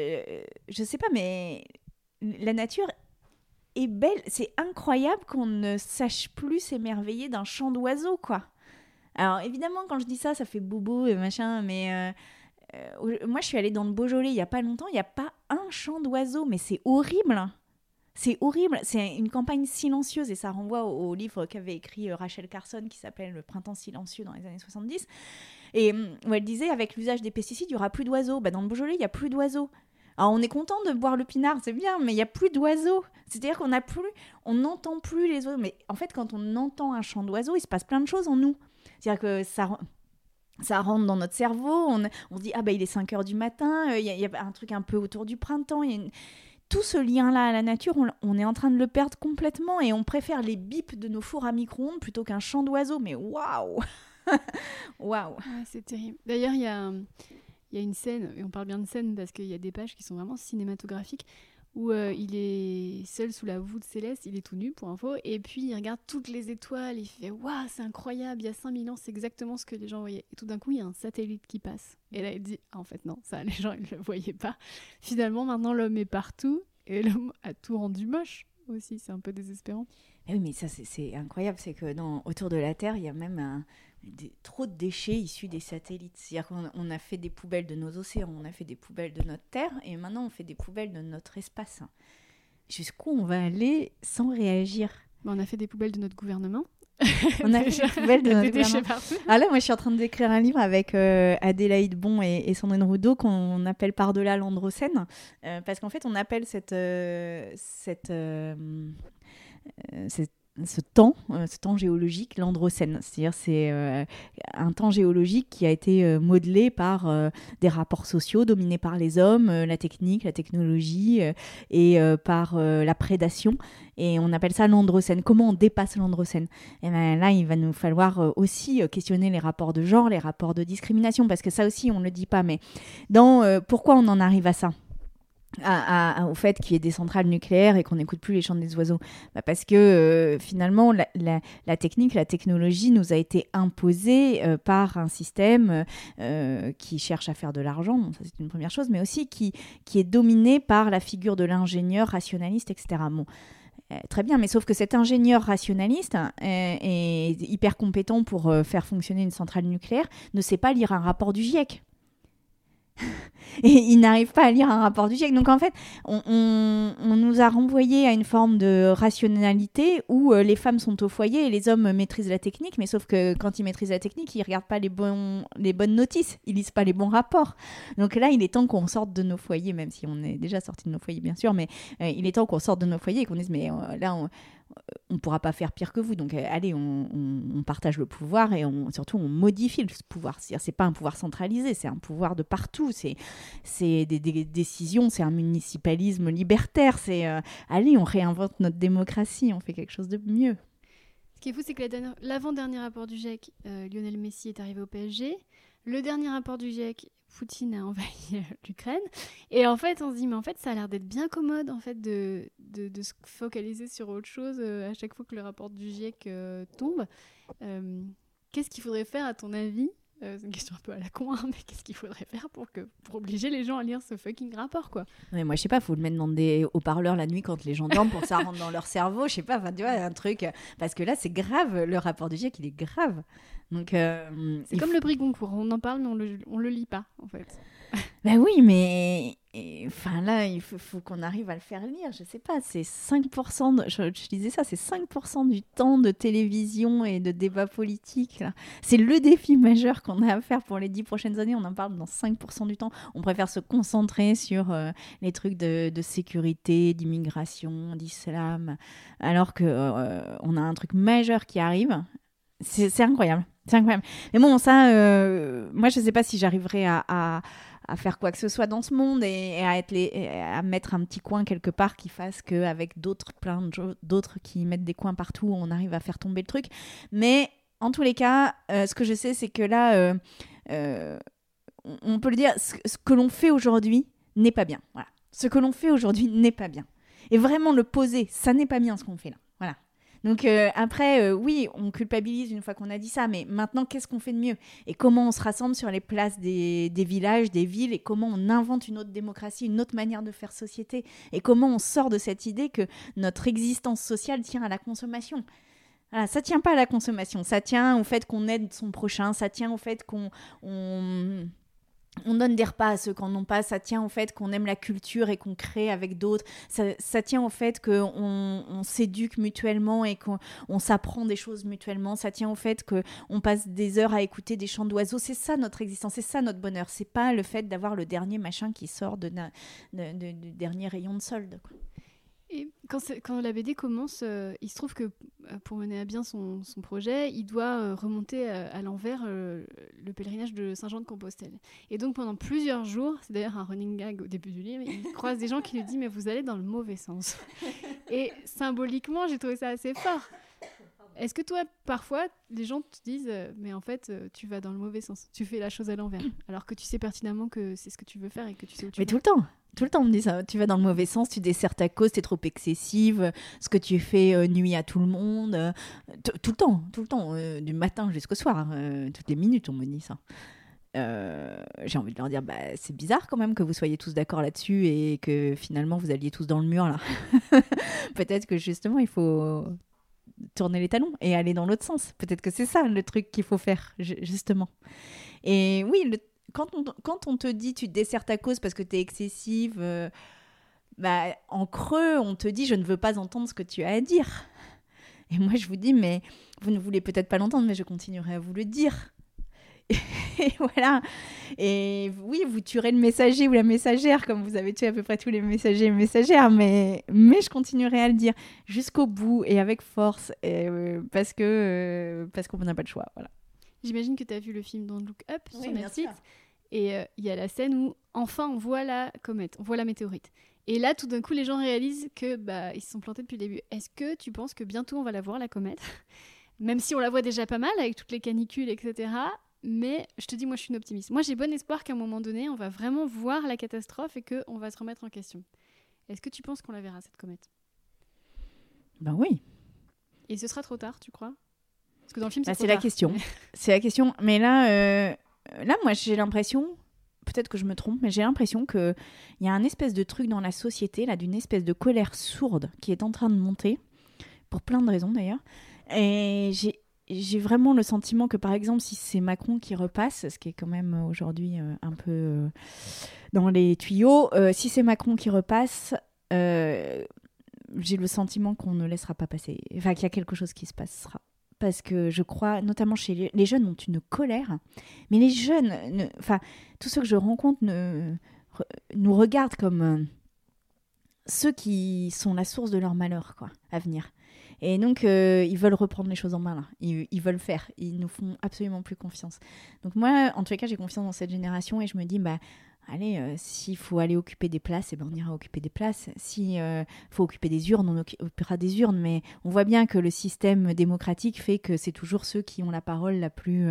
je sais pas, mais la nature est belle. C'est incroyable qu'on ne sache plus s'émerveiller d'un chant d'oiseaux, quoi. Alors, évidemment, quand je dis ça, ça fait bobo et machin, mais moi, je suis allée dans le Beaujolais il y a pas longtemps, il n'y a pas un chant d'oiseaux, mais c'est horrible. C'est horrible. C'est une campagne silencieuse, et ça renvoie au livre qu'avait écrit Rachel Carson, qui s'appelle Le printemps silencieux dans les années 70. Et où elle disait, avec l'usage des pesticides, il n'y aura plus d'oiseaux. Dans le Beaujolais, il n'y a plus d'oiseaux. Alors, on est content de boire le pinard, c'est bien, mais il n'y a plus d'oiseaux. C'est-à-dire on n'entend plus les oiseaux. Mais en fait, quand on entend un chant d'oiseaux, il se passe plein de choses en nous. C'est-à-dire que ça rentre dans notre cerveau. On se dit, il est 5h du matin, il y a un truc un peu autour du printemps. Tout ce lien-là à la nature, on est en train de le perdre complètement, et on préfère les bips de nos fours à micro-ondes plutôt qu'un chant d'oiseaux. Mais waouh. Waouh. Ouais, c'est terrible. D'ailleurs, il y a une scène, et on parle bien de scène parce qu'il y a des pages qui sont vraiment cinématographiques, où il est seul sous la voûte céleste, il est tout nu pour info, et puis il regarde toutes les étoiles, il fait « Waouh, c'est incroyable, il y a 5000 ans, c'est exactement ce que les gens voyaient. » Et tout d'un coup, il y a un satellite qui passe. Et là, il dit « Ah, en fait, non, ça, les gens, ils ne le voyaient pas. Finalement, maintenant, l'homme est partout, et l'homme a tout rendu moche aussi. C'est un peu désespérant. » Oui, mais ça, c'est incroyable, c'est que autour de la Terre, il y a même trop de déchets issus des satellites. C'est-à-dire qu'on a fait des poubelles de nos océans, on a fait des poubelles de notre Terre, et maintenant on fait des poubelles de notre espace. Jusqu'où on va aller sans réagir ? On a fait des poubelles de notre gouvernement. On a fait des poubelles de notre déchets gouvernement. partout. Ah là, moi je suis en train d'écrire un livre avec Adélaïde Bon et Sandrine Roudot, qu'on appelle Par-delà l'Androcène, parce qu'en fait on appelle ce temps géologique, l'Androcène. C'est-à-dire c'est un temps géologique qui a été modelé par des rapports sociaux dominés par les hommes, la technique, la technologie, et par la prédation. Et on appelle ça l'Androcène. Comment on dépasse l'Androcène ? Et bien là, il va nous falloir aussi questionner les rapports de genre, les rapports de discrimination, parce que ça aussi, on ne le dit pas. Mais pourquoi on en arrive à ça ? Au fait qu'il y ait des centrales nucléaires et qu'on n'écoute plus les chants des oiseaux, parce que finalement la technique, la technologie nous a été imposée par un système qui cherche à faire de l'argent, bon, ça c'est une première chose, mais aussi qui est dominé par la figure de l'ingénieur rationaliste, etc. Bon. Très bien, mais sauf que cet ingénieur rationaliste est hyper compétent pour faire fonctionner une centrale nucléaire, ne sait pas lire un rapport du GIEC. Et il n'arrive pas à lire un rapport du GIEC. Donc en fait, on nous a renvoyé à une forme de rationalité où les femmes sont au foyer et les hommes maîtrisent la technique, mais sauf que quand ils maîtrisent la technique, ils ne regardent pas les bonnes notices, ils ne lisent pas les bons rapports. Donc là, il est temps qu'on sorte de nos foyers, même si on est déjà sorti de nos foyers, bien sûr, mais il est temps qu'on sorte de nos foyers et qu'on dise, mais là, on ne pourra pas faire pire que vous. Donc allez, on partage le pouvoir et surtout on modifie le pouvoir. C'est pas un pouvoir centralisé, c'est un pouvoir de partout. C'est des décisions, c'est un municipalisme libertaire. Allez, on réinvente notre démocratie, on fait quelque chose de mieux. Ce qui est fou, c'est que l'avant-dernier rapport du GIEC, Lionel Messi est arrivé au PSG. Le dernier rapport du GIEC, Poutine a envahi l'Ukraine. Et en fait, on se dit, mais en fait, ça a l'air d'être bien commode en fait, de se focaliser sur autre chose à chaque fois que le rapport du GIEC tombe. Qu'est-ce qu'il faudrait faire, à ton avis ? C'est une question un peu à la con, mais qu'est-ce qu'il faudrait faire pour obliger les gens à lire ce fucking rapport, quoi ? Mais moi, je sais pas, faut le mettre dans des haut-parleurs la nuit quand les gens dorment pour que ça rentre dans leur cerveau. Je sais pas, tu vois, un truc. Parce que là, c'est grave. Le rapport du GIEC, il est grave. Donc, c'est comme le prix Goncourt. On en parle, mais on le lit pas, en fait. Ben oui, mais enfin là, il faut qu'on arrive à le faire lire. Je sais pas, c'est 5%, je disais ça, c'est 5% du temps de télévision et de débat politique. Là. C'est le défi majeur qu'on a à faire pour les 10 prochaines années. On en parle dans 5% du temps. On préfère se concentrer sur les trucs de sécurité, d'immigration, d'islam, alors qu'on a un truc majeur qui arrive. C'est incroyable. C'est incroyable. Mais bon, ça, moi, je ne sais pas si j'arriverai à faire quoi que ce soit dans ce monde et à mettre un petit coin quelque part qui fasse qu'avec plein d'autres qui mettent des coins partout, on arrive à faire tomber le truc. Mais en tous les cas, ce que je sais, c'est que là, on peut le dire, ce que l'on fait aujourd'hui n'est pas bien. Voilà. Ce que l'on fait aujourd'hui n'est pas bien. Et vraiment le poser, ça n'est pas bien ce qu'on fait là. Voilà. Donc après, oui, on culpabilise une fois qu'on a dit ça, mais maintenant, qu'est-ce qu'on fait de mieux ? Et comment on se rassemble sur les places des villages, des villes, et comment on invente une autre démocratie, une autre manière de faire société, et comment on sort de cette idée que notre existence sociale tient à la consommation. Voilà, ça tient pas à la consommation, ça tient au fait qu'on aide son prochain, ça tient au fait qu'on donne des repas à ceux qui n'en ont pas, ça tient au fait qu'on aime la culture et qu'on crée avec d'autres, ça tient au fait qu'on s'éduque mutuellement et qu'on s'apprend des choses mutuellement, ça tient au fait qu'on passe des heures à écouter des chants d'oiseaux. C'est ça notre existence, c'est ça notre bonheur, c'est pas le fait d'avoir le dernier machin qui sort du dernier rayon de solde, quoi. Et quand la BD commence, il se trouve que pour mener à bien son projet, il doit remonter à l'envers le pèlerinage de Saint-Jean-de-Compostelle. Et donc pendant plusieurs jours, c'est d'ailleurs un running gag au début du livre, il croise des gens qui lui disent « mais vous allez dans le mauvais sens ». Et symboliquement, j'ai trouvé ça assez fort. Est-ce que toi, parfois, les gens te disent « mais en fait, tu vas dans le mauvais sens, tu fais la chose à l'envers », alors que tu sais pertinemment que c'est ce que tu veux faire et que tu sais où tu vas. Mais tout le temps. Tout le temps, on me dit ça. Tu vas dans le mauvais sens, tu desserres ta cause, t'es trop excessive, ce que tu fais nuit à tout le monde. Tout le temps, du matin jusqu'au soir. Toutes les minutes, on me dit ça. J'ai envie de leur dire, c'est bizarre quand même que vous soyez tous d'accord là-dessus et que finalement vous alliez tous dans le mur là. Peut-être que justement, il faut tourner les talons et aller dans l'autre sens. Peut-être que c'est ça le truc qu'il faut faire, justement. Et oui, quand on te dit tu desserres ta cause parce que t'es excessive, en creux, on te dit je ne veux pas entendre ce que tu as à dire. Et moi, je vous dis, mais vous ne voulez peut-être pas l'entendre, mais je continuerai à vous le dire. Et voilà. Et oui, vous tuerez le messager ou la messagère, comme vous avez tué à peu près tous les messagers et messagères, mais je continuerai à le dire jusqu'au bout et avec force, parce qu'on n'a pas le choix. Voilà. J'imagine que tu as vu le film Don't Look Up sur Netflix. Sûr. Et il y a la scène où, enfin, on voit la comète, on voit la météorite. Et là, tout d'un coup, les gens réalisent que ils se sont plantés depuis le début. Est-ce que tu penses que bientôt, on va la voir, la comète ? Même si on la voit déjà pas mal, avec toutes les canicules, etc. Mais je te dis, moi, je suis une optimiste. Moi, j'ai bon espoir qu'à un moment donné, on va vraiment voir la catastrophe et qu'on va se remettre en question. Est-ce que tu penses qu'on la verra, cette comète ? Ben oui. Et ce sera trop tard, tu crois ? Parce que dans le film, c'est trop c'est tard. la question. C'est la question. Mais là, moi, j'ai l'impression, peut-être que je me trompe, mais j'ai l'impression qu'il y a un espèce de truc dans la société, là, d'une espèce de colère sourde qui est en train de monter, pour plein de raisons d'ailleurs. Et j'ai vraiment le sentiment que, par exemple, si c'est Macron qui repasse, ce qui est quand même aujourd'hui un peu dans les tuyaux, si c'est Macron qui repasse, j'ai le sentiment qu'on ne laissera pas passer. Enfin, qu'il y a quelque chose qui se passera. Parce que je crois, notamment chez les jeunes, ont une colère. Mais les jeunes, tous ceux que je rencontre nous regardent comme ceux qui sont la source de leur malheur, quoi, à venir. Et donc, ils veulent reprendre les choses en main, là. Ils veulent faire. Ils nous font absolument plus confiance. Donc moi, en tous les cas, j'ai confiance dans cette génération et je me dis, allez, s'il faut aller occuper des places, on ira occuper des places. S'il faut occuper des urnes, on occupera des urnes. Mais on voit bien que le système démocratique fait que c'est toujours ceux qui ont la parole la plus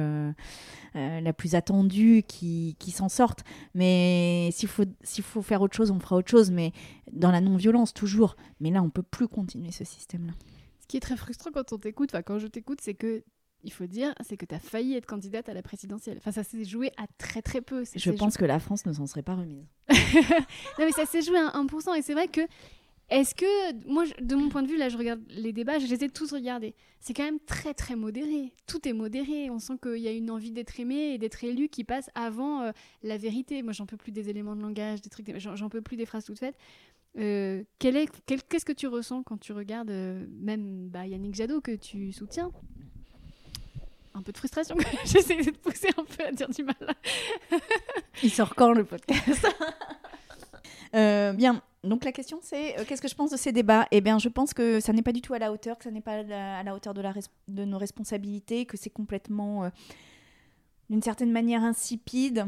attendue qui s'en sortent. Mais s'il faut faire autre chose, on fera autre chose. Mais dans la non-violence, toujours. Mais là, on ne peut plus continuer ce système-là. Ce qui est très frustrant quand on t'écoute, quand je t'écoute, c'est que il faut dire, c'est que tu as failli être candidate à la présidentielle. Enfin, ça s'est joué à très très peu. Je pense que la France ne s'en serait pas remise. Non, mais ça s'est joué à 1%. Et c'est vrai que, est-ce que, moi, de mon point de vue, là, je regarde les débats, je les ai tous regardés. C'est quand même très très modéré. Tout est modéré. On sent qu'il y a une envie d'être aimé et d'être élu qui passe avant la vérité. Moi, j'en peux plus des éléments de langage, des trucs, j'en peux plus des phrases toutes faites. Qu'est-ce que tu ressens quand tu regardes même Yannick Jadot que tu soutiens? Un peu de frustration. J'essaie de te pousser un peu à dire du mal. Il sort quand le podcast? Bien. Donc la question c'est qu'est-ce que je pense de ces débats? Eh bien, je pense que ça n'est pas du tout à la hauteur, que ça n'est pas à la hauteur de nos responsabilités, que c'est complètement, d'une certaine manière, insipide.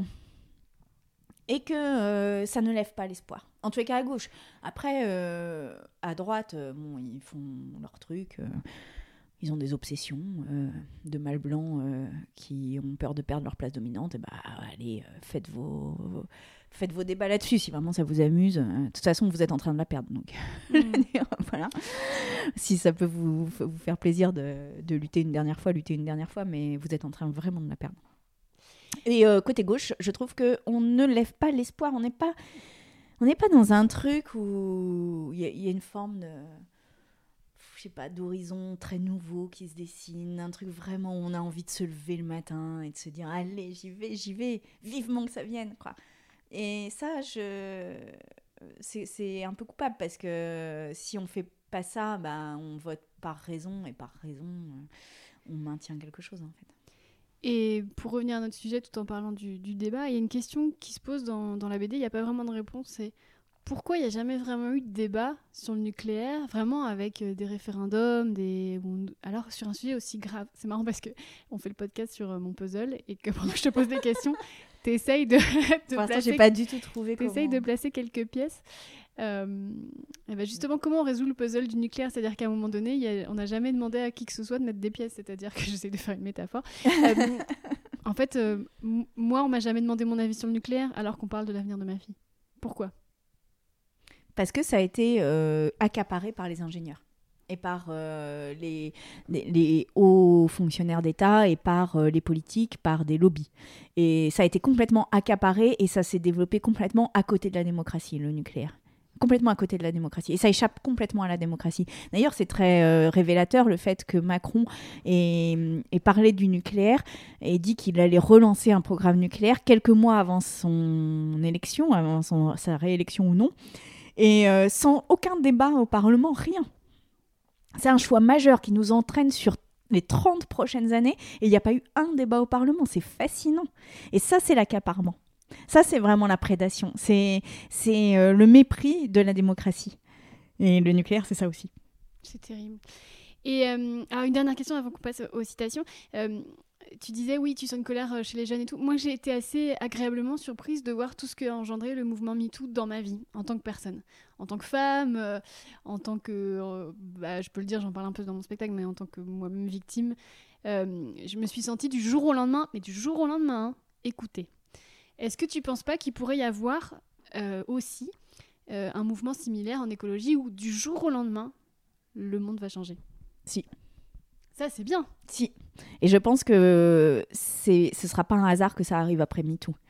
Et que ça ne lève pas l'espoir. En tous les cas, à gauche. Après, à droite, ils font leur truc. Ils ont des obsessions de mâles blancs qui ont peur de perdre leur place dominante. Et allez, faites vos débats là-dessus, si vraiment ça vous amuse. De toute façon, vous êtes en train de la perdre. Donc, voilà. Si ça peut vous faire plaisir de lutter une dernière fois, mais vous êtes en train vraiment de la perdre. Et côté gauche, je trouve qu'on ne lève pas l'espoir. On n'est pas dans un truc où il y a une forme de, je sais pas, d'horizon très nouveau qui se dessine. Un truc vraiment où on a envie de se lever le matin et de se dire allez, j'y vais, vivement que ça vienne, quoi. Et ça, c'est un peu coupable parce que si on fait pas ça, on vote par raison et par raison, on maintient quelque chose en fait. Et pour revenir à notre sujet, tout en parlant du débat, il y a une question qui se pose dans la BD, il n'y a pas vraiment de réponse, c'est pourquoi il n'y a jamais vraiment eu de débat sur le nucléaire, vraiment avec des référendums, alors sur un sujet aussi grave. C'est marrant parce qu'on fait le podcast sur mon puzzle et que pendant que je te pose des questions, tu essayes de placer... j'ai pas du tout trouvé comment... T'essayes de placer quelques pièces. Et justement, comment on résout le puzzle du nucléaire? C'est-à-dire qu'à un moment donné, on n'a jamais demandé à qui que ce soit de mettre des pièces. C'est-à-dire que j'essaie de faire une métaphore. En fait, moi, on m'a jamais demandé mon avis sur le nucléaire alors qu'on parle de l'avenir de ma fille. Pourquoi? Parce que ça a été accaparé par les ingénieurs et par les hauts fonctionnaires d'État et par les politiques, par des lobbies. Et ça a été complètement accaparé et ça s'est développé complètement à côté de la démocratie, le nucléaire. Complètement à côté de la démocratie. Et ça échappe complètement à la démocratie. D'ailleurs, c'est très révélateur le fait que Macron ait parlé du nucléaire et dit qu'il allait relancer un programme nucléaire quelques mois avant son élection, avant sa réélection ou non, et sans aucun débat au Parlement, rien. C'est un choix majeur qui nous entraîne sur les 30 prochaines années et il n'y a pas eu un débat au Parlement. C'est fascinant. Et ça, c'est l'accaparement. Ça, c'est vraiment la prédation. C'est le mépris de la démocratie. Et le nucléaire, c'est ça aussi. C'est terrible. Et alors, une dernière question avant qu'on passe aux citations. Tu disais, oui, tu sens une colère chez les jeunes et tout. Moi, j'ai été assez agréablement surprise de voir tout ce qu'a engendré le mouvement MeToo dans ma vie, en tant que personne. En tant que femme, en tant que... je peux le dire, j'en parle un peu dans mon spectacle, mais en tant que moi-même victime, je me suis sentie du jour au lendemain, écoutée. Est-ce que tu ne penses pas qu'il pourrait y avoir aussi un mouvement similaire en écologie où du jour au lendemain, le monde va changer? Si. Ça, c'est bien. Si. Et je pense que ce ne sera pas un hasard que ça arrive après MeToo.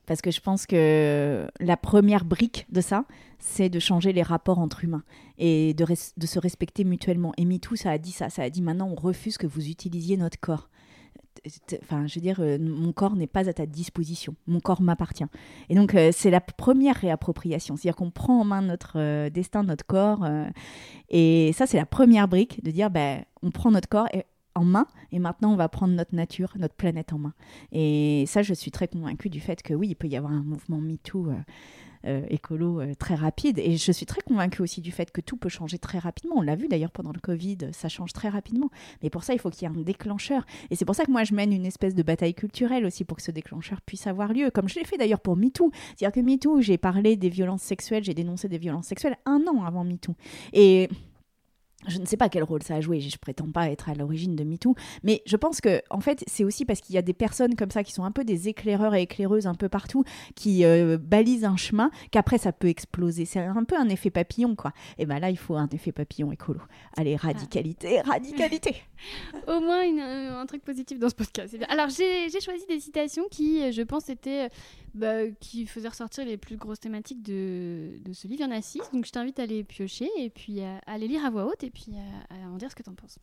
Parce que je pense que la première brique de ça, c'est de changer les rapports entre humains et de se respecter mutuellement. Et MeToo, ça a dit ça. Ça a dit maintenant, on refuse que vous utilisiez notre corps. Enfin, je veux dire, mon corps n'est pas à ta disposition. Mon corps m'appartient. Et donc, c'est la première réappropriation. C'est-à-dire qu'on prend en main notre destin, notre corps. Et ça, c'est la première brique de dire, on prend notre corps en main et maintenant, on va prendre notre nature, notre planète en main. Et ça, je suis très convaincue du fait que oui, il peut y avoir un mouvement MeToo écolo très rapide. Et je suis très convaincue aussi du fait que tout peut changer très rapidement. On l'a vu d'ailleurs pendant le Covid, ça change très rapidement. Mais pour ça, il faut qu'il y ait un déclencheur. Et c'est pour ça que moi, je mène une espèce de bataille culturelle aussi pour que ce déclencheur puisse avoir lieu, comme je l'ai fait d'ailleurs pour MeToo. C'est-à-dire que MeToo, j'ai parlé des violences sexuelles, j'ai dénoncé des violences sexuelles 1 an avant MeToo. Et je ne sais pas quel rôle ça a joué, je prétends pas être à l'origine de MeToo, mais je pense que en fait, c'est aussi parce qu'il y a des personnes comme ça qui sont un peu des éclaireurs et éclaireuses un peu partout, qui balisent un chemin, qu'après ça peut exploser. C'est un peu un effet papillon, quoi. Et ben là, il faut un effet papillon écolo. Allez, radicalité. Au moins un truc positif dans ce podcast. C'est bien. Alors, j'ai choisi des citations qui, je pense, étaient... qui faisaient ressortir les plus grosses thématiques de ce livre. Il y en a 6, donc je t'invite à les piocher et puis à les lire à voix haute et puis à en dire ce que t'en penses.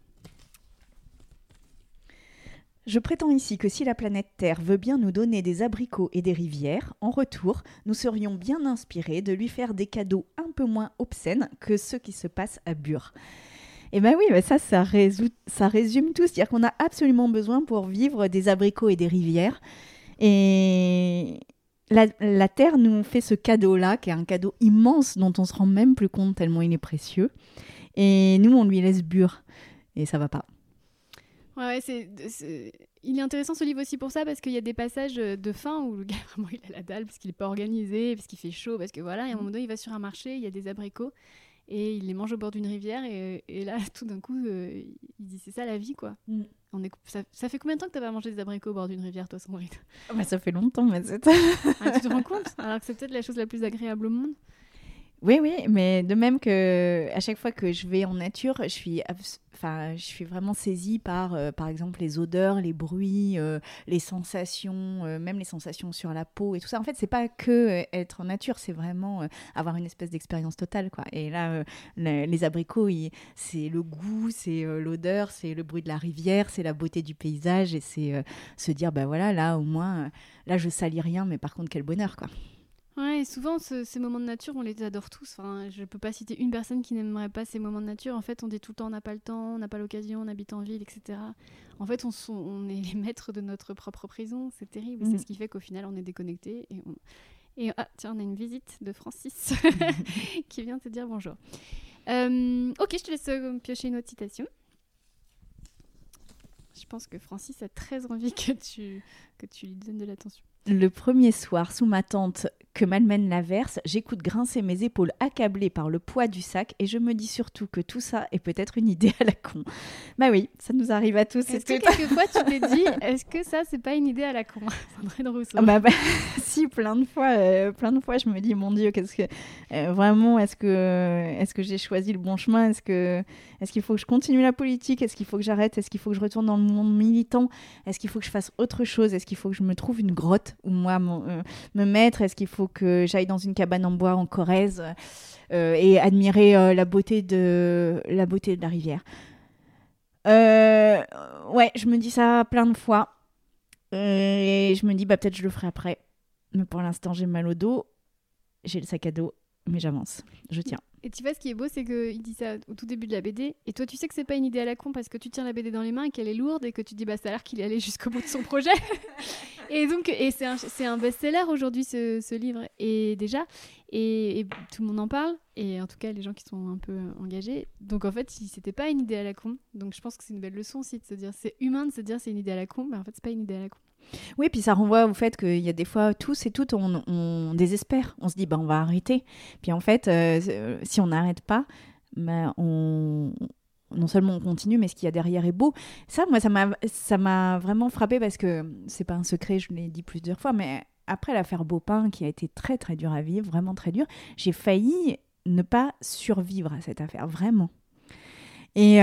Je prétends ici que si la planète Terre veut bien nous donner des abricots et des rivières, en retour, nous serions bien inspirés de lui faire des cadeaux un peu moins obscènes que ceux qui se passent à Bure. Et ben oui, ça résume tout. C'est-à-dire qu'on a absolument besoin pour vivre des abricots et des rivières. Et la Terre nous fait ce cadeau-là, qui est un cadeau immense dont on se rend même plus compte tellement il est précieux. Et nous, on lui laisse Bure. Et ça va pas. Ouais, il est intéressant ce livre aussi pour ça, parce qu'il y a des passages de fin où le gars, vraiment, il a la dalle, parce qu'il n'est pas organisé, parce qu'il fait chaud, parce que voilà, et à un moment donné, il va sur un marché, il y a des abricots, et il les mange au bord d'une rivière, et là, tout d'un coup, il dit, c'est ça la vie, quoi. Ça fait combien de temps que tu n'as pas mangé des abricots au bord d'une rivière, toi, Sandrine ? Ça fait longtemps, mais c'est... Tu te rends compte ? Alors que c'est peut-être la chose la plus agréable au monde. Oui, mais de même que à chaque fois que je vais en nature, je suis vraiment saisie par exemple, les odeurs, les bruits, les sensations, même les sensations sur la peau et tout ça. En fait, c'est pas que être en nature, c'est vraiment avoir une espèce d'expérience totale, quoi. Et là, les abricots, c'est le goût, c'est l'odeur, c'est le bruit de la rivière, c'est la beauté du paysage et c'est se dire, voilà, là, au moins, là, je salis rien, mais par contre, quel bonheur, quoi. Ouais, et souvent, ces moments de nature, on les adore tous. Enfin, je peux pas citer une personne qui n'aimerait pas ces moments de nature. En fait, on dit tout le temps, on n'a pas le temps, on n'a pas l'occasion, on habite en ville, etc. En fait, on est les maîtres de notre propre prison. C'est terrible. C'est ce qui fait qu'au final, on est déconnecté. Tiens, on a une visite de Francis qui vient te dire bonjour. Ok, je te laisse piocher une autre citation. Je pense que Francis a très envie que tu lui donnes de l'attention. Le premier soir, sous ma tente, que malmène l'averse, j'écoute grincer mes épaules accablées par le poids du sac et je me dis surtout que tout ça est peut-être une idée à la con. Bah oui, ça nous arrive à tous. Est-ce que quelquefois tu t'es dit, est-ce que ça c'est pas une idée à la con ? Sandrine Rousseau. Si, plein de fois, je me dis, mon Dieu, qu'est-ce que vraiment, est-ce que j'ai choisi le bon chemin ? Est-ce qu'il faut que je continue la politique ? Est-ce qu'il faut que j'arrête ? Est-ce qu'il faut que je retourne dans le monde militant ? Est-ce qu'il faut que je fasse autre chose ? Est-ce qu'il faut que je me trouve une grotte où moi me mettre ? Est-ce qu'il faut que j'aille dans une cabane en bois en Corrèze et admirer la beauté de la rivière ? Ouais, je me dis ça plein de fois et je me dis peut-être je le ferai après. Mais pour l'instant, j'ai mal au dos, j'ai le sac à dos, mais j'avance, je tiens. Et tu vois, ce qui est beau, c'est qu'il dit ça au tout début de la BD. Et toi, tu sais que c'est pas une idée à la con parce que tu tiens la BD dans les mains et qu'elle est lourde et que tu dis, ça a l'air qu'il est allé jusqu'au bout de son projet. Et c'est un best-seller aujourd'hui, ce livre. Et déjà, et tout le monde en parle. Et en tout cas, les gens qui sont un peu engagés. Donc en fait, c'était pas une idée à la con. Donc je pense que c'est une belle leçon aussi de se dire, c'est humain de se dire c'est une idée à la con. Mais en fait, c'est pas une idée à la con. Oui, puis ça renvoie au fait qu'il y a des fois, tous et toutes, on désespère. On se dit, on va arrêter. Puis en fait, si on n'arrête pas, non seulement on continue, mais ce qu'il y a derrière est beau. Ça, moi, ça m'a vraiment frappée parce que c'est pas un secret, je l'ai dit plusieurs fois, mais après l'affaire Beaupin, qui a été très, très dure à vivre, vraiment très dure, j'ai failli ne pas survivre à cette affaire, vraiment. Et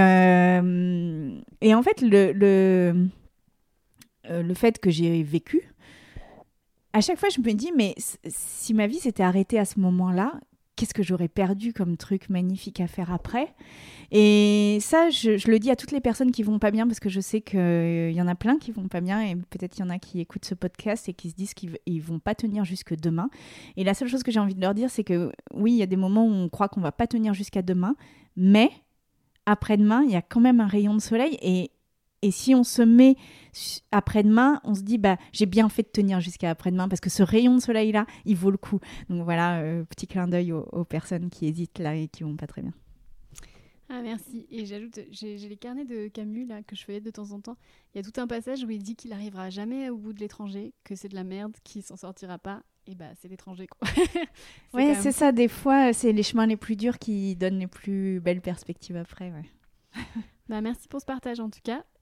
en fait, le fait que j'ai vécu à chaque fois, je me dis, mais si ma vie s'était arrêtée à ce moment-là, qu'est-ce que j'aurais perdu comme truc magnifique à faire après? Et ça, je le dis à toutes les personnes qui vont pas bien, parce que je sais qu'il y en a plein qui vont pas bien, et peut-être il y en a qui écoutent ce podcast et qui se disent qu'ils vont pas tenir jusque demain. Et la seule chose que j'ai envie de leur dire, c'est que oui, il y a des moments où on croit qu'on va pas tenir jusqu'à demain, mais après-demain, il y a quand même un rayon de soleil, et si on se met après-demain, on se dit j'ai bien fait de tenir jusqu'à après-demain, parce que ce rayon de soleil-là, il vaut le coup. Donc voilà, petit clin d'œil aux personnes qui hésitent là et qui vont pas très bien. Ah merci. Et j'ajoute, j'ai les carnets de Camus là que je feuillette de temps en temps. Il y a tout un passage où il dit qu'il arrivera jamais au bout de l'étranger, que c'est de la merde, qu'il s'en sortira pas. Et c'est l'étranger quoi. Ouais, c'est ça. Des fois, c'est les chemins les plus durs qui donnent les plus belles perspectives après. Ouais. Merci pour ce partage en tout cas.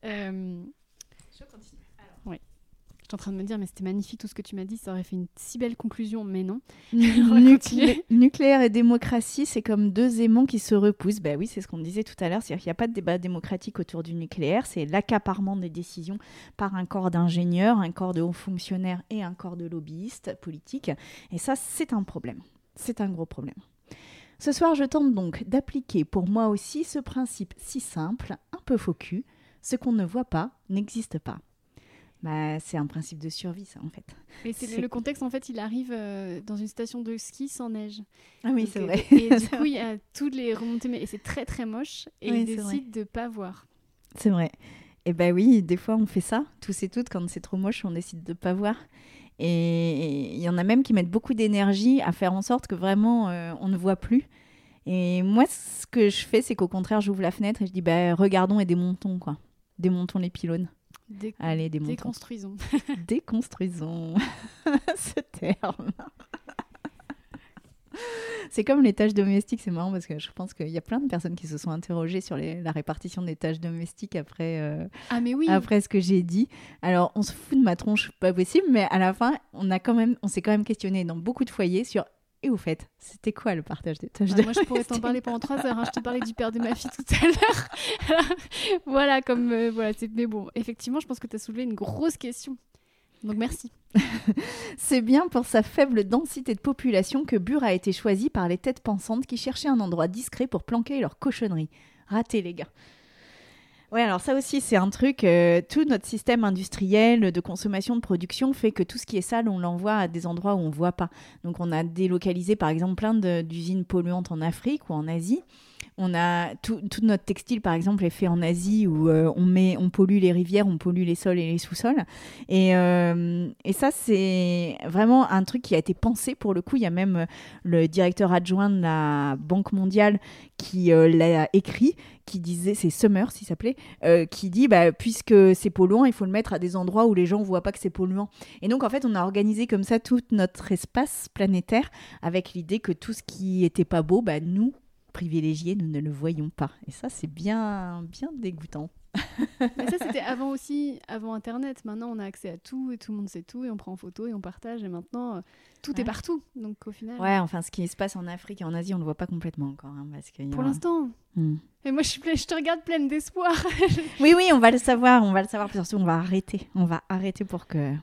Je continue. Oui. Je suis en train de me dire, mais c'était magnifique tout ce que tu m'as dit, ça aurait fait une si belle conclusion, mais non. Nucléaire et démocratie, c'est comme deux aimants qui se repoussent. Oui, c'est ce qu'on disait tout à l'heure, c'est-à-dire qu'il n'y a pas de débat démocratique autour du nucléaire, c'est l'accaparement des décisions par un corps d'ingénieurs, un corps de hauts fonctionnaires et un corps de lobbyistes politiques. Et ça, c'est un problème. C'est un gros problème. Ce soir, je tente donc d'appliquer pour moi aussi ce principe si simple, un peu faux cul, ce qu'on ne voit pas n'existe pas. C'est un principe de survie, ça, en fait. Mais le contexte, en fait, il arrive dans une station de ski sans neige. Ah oui, donc, c'est vrai. Et du coup, il y a toutes les remontées, et c'est très, très moche. Et ils décident de ne pas voir. C'est vrai. Et oui, des fois, on fait ça, tous et toutes. Quand c'est trop moche, on décide de ne pas voir. Et il y en a même qui mettent beaucoup d'énergie à faire en sorte que vraiment, on ne voit plus. Et moi, ce que je fais, c'est qu'au contraire, j'ouvre la fenêtre et je dis, regardons et démontons, quoi. Démontons les pylônes. Allez, déconstruisons. Déconstruisons. Ce terme. C'est comme les tâches domestiques, c'est marrant parce que je pense qu'il y a plein de personnes qui se sont interrogées sur la répartition des tâches domestiques après, après ce que j'ai dit. Alors, on se fout de ma tronche, pas possible, mais à la fin, on s'est quand même questionné dans beaucoup de foyers sur et au fait, c'était quoi le partage des tâches domestiques ? Moi, je pourrais t'en parler pendant 3 heures. Hein. Je te parlais du père de ma fille tout à l'heure. Voilà, mais bon, effectivement, je pense que tu as soulevé une grosse question. Donc, merci. C'est bien pour sa faible densité de population que Bure a été choisi par les têtes pensantes qui cherchaient un endroit discret pour planquer leurs cochonneries. Raté, les gars. Ouais, alors ça aussi, c'est un truc, tout notre système industriel de consommation, de production fait que tout ce qui est sale, on l'envoie à des endroits où on ne voit pas. Donc on a délocalisé par exemple plein d'usines polluantes en Afrique ou en Asie. On a tout notre textile, par exemple, est fait en Asie où on pollue les rivières, on pollue les sols et les sous-sols. Et ça, c'est vraiment un truc qui a été pensé pour le coup. Il y a même le directeur adjoint de la Banque mondiale qui l'a écrit, qui disait, c'est Summers, il s'appelait, qui dit, puisque c'est polluant, il faut le mettre à des endroits où les gens ne voient pas que c'est polluant. Et donc, en fait, on a organisé comme ça tout notre espace planétaire avec l'idée que tout ce qui n'était pas beau, nous, privilégiés, nous ne le voyons pas. Et ça, c'est bien, bien dégoûtant. Mais ça, c'était avant Internet. Maintenant, on a accès à tout et tout le monde sait tout et on prend en photo et on partage. Et maintenant, tout est partout. Donc, au final... Ouais, enfin, ce qui se passe en Afrique et en Asie, on ne le voit pas complètement encore. Hein, parce que pour l'instant. Et moi, je te regarde pleine d'espoir. Oui, on va le savoir. Puis surtout, on va arrêter pour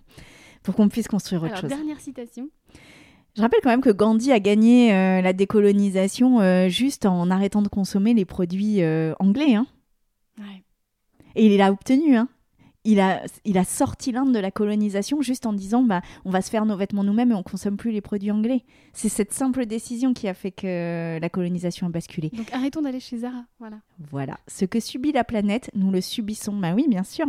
qu'on puisse construire autre chose. Dernière citation. Je rappelle quand même que Gandhi a gagné la décolonisation juste en arrêtant de consommer les produits anglais. Hein. Ouais. Et il l'a obtenu. Hein. Il a sorti l'Inde de la colonisation juste en disant on va se faire nos vêtements nous-mêmes et on ne consomme plus les produits anglais. C'est cette simple décision qui a fait que la colonisation a basculé. Donc arrêtons d'aller chez Zara. Voilà. Ce que subit la planète, nous le subissons. Oui, bien sûr.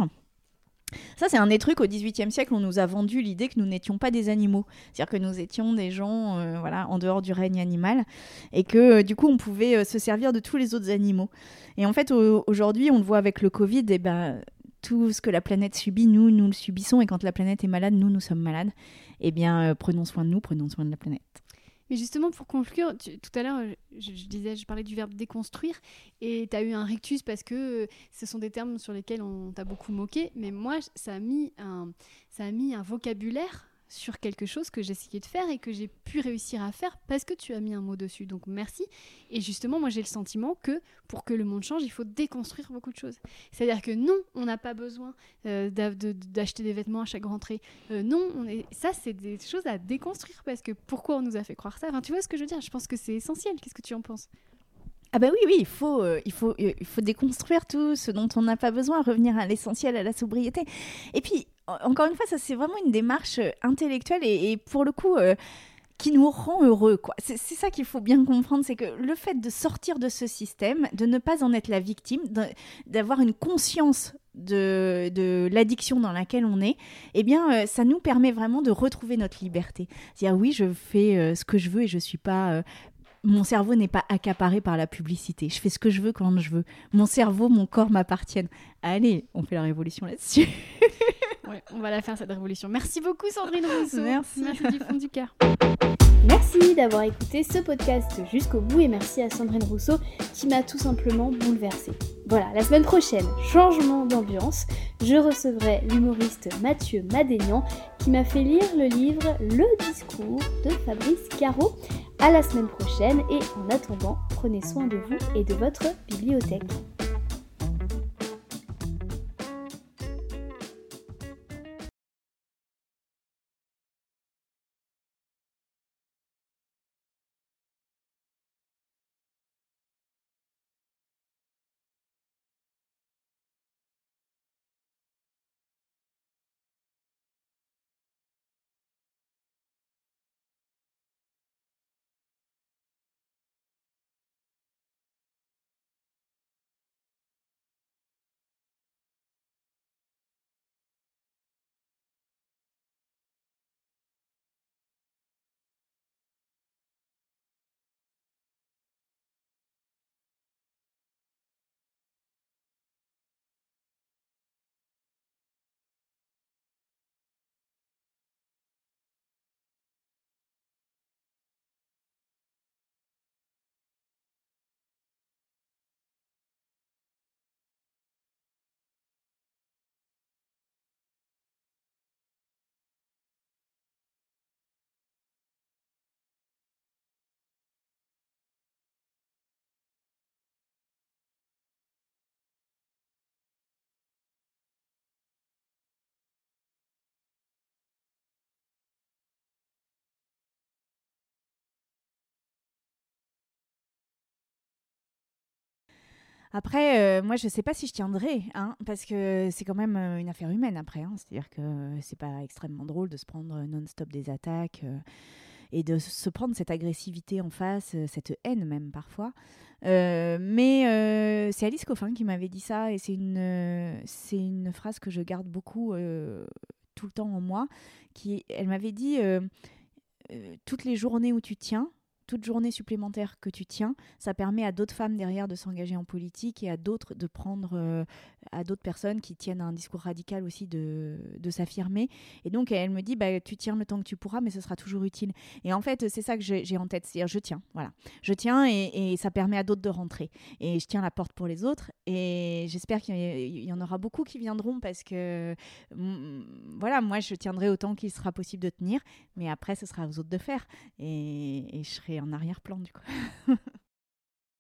Ça, c'est un des trucs au XVIIIe siècle, on nous a vendu l'idée que nous n'étions pas des animaux. C'est-à-dire que nous étions des gens en dehors du règne animal et que du coup, on pouvait se servir de tous les autres animaux. Et en fait, aujourd'hui, on le voit avec le Covid, tout ce que la planète subit, nous le subissons. Et quand la planète est malade, nous sommes malades. Prenons soin de nous, prenons soin de la planète. Mais justement, pour conclure, tout à l'heure, je parlais du verbe déconstruire et tu as eu un rictus parce que ce sont des termes sur lesquels on t'a beaucoup moqué. Mais moi, ça a mis un vocabulaire sur quelque chose que j'essayais de faire et que j'ai pu réussir à faire parce que tu as mis un mot dessus. Donc merci. Et justement, moi j'ai le sentiment que pour que le monde change, il faut déconstruire beaucoup de choses. C'est-à-dire que non, on n'a pas besoin d'acheter des vêtements à chaque rentrée. Ça, c'est des choses à déconstruire parce que pourquoi on nous a fait croire ça? Enfin, tu vois ce que je veux dire? Je pense que c'est essentiel. Qu'est-ce que tu en penses? Ah bah oui, il faut déconstruire tout ce dont on n'a pas besoin, revenir à l'essentiel, à la sobriété. Et puis, encore une fois, ça c'est vraiment une démarche intellectuelle et pour le coup, qui nous rend heureux, quoi. C'est ça qu'il faut bien comprendre, c'est que le fait de sortir de ce système, de ne pas en être la victime, d'avoir une conscience de l'addiction dans laquelle on est, eh bien, ça nous permet vraiment de retrouver notre liberté. C'est-à-dire, oui, je fais ce que je veux et je suis pas... mon cerveau n'est pas accaparé par la publicité. Je fais ce que je veux quand je veux. Mon cerveau, mon corps m'appartiennent. Allez, on fait la révolution là-dessus. Ouais, on va la faire cette révolution. Merci beaucoup Sandrine Rousseau. Merci du fond du cœur. Merci d'avoir écouté ce podcast jusqu'au bout et merci à Sandrine Rousseau qui m'a tout simplement bouleversée. Voilà, la semaine prochaine, changement d'ambiance, je recevrai l'humoriste Mathieu Madénian qui m'a fait lire le livre Le discours de Fabrice Caro. À la semaine prochaine et en attendant, prenez soin de vous et de votre bibliothèque. Après, moi, je ne sais pas si je tiendrai, parce que c'est quand même une affaire humaine après. C'est-à-dire que c'est pas extrêmement drôle de se prendre non-stop des attaques et de se prendre cette agressivité en face, cette haine même parfois. Mais c'est Alice Coffin qui m'avait dit ça et c'est une phrase que je garde beaucoup tout le temps en moi. Elle m'avait dit toutes les journées où tu tiens, toute journée supplémentaire que tu tiens, ça permet à d'autres femmes derrière de s'engager en politique et à d'autres de prendre, à d'autres personnes qui tiennent un discours radical aussi de s'affirmer. Et donc elle me dit, tu tiens le temps que tu pourras, mais ce sera toujours utile. Et en fait, c'est ça que j'ai en tête, c'est-à-dire je tiens, voilà. Je tiens et ça permet à d'autres de rentrer. Et je tiens la porte pour les autres et j'espère qu'il y en aura beaucoup qui viendront parce que, voilà, moi je tiendrai autant qu'il sera possible de tenir, mais après ce sera aux autres de faire. Et je serai en arrière-plan du coup.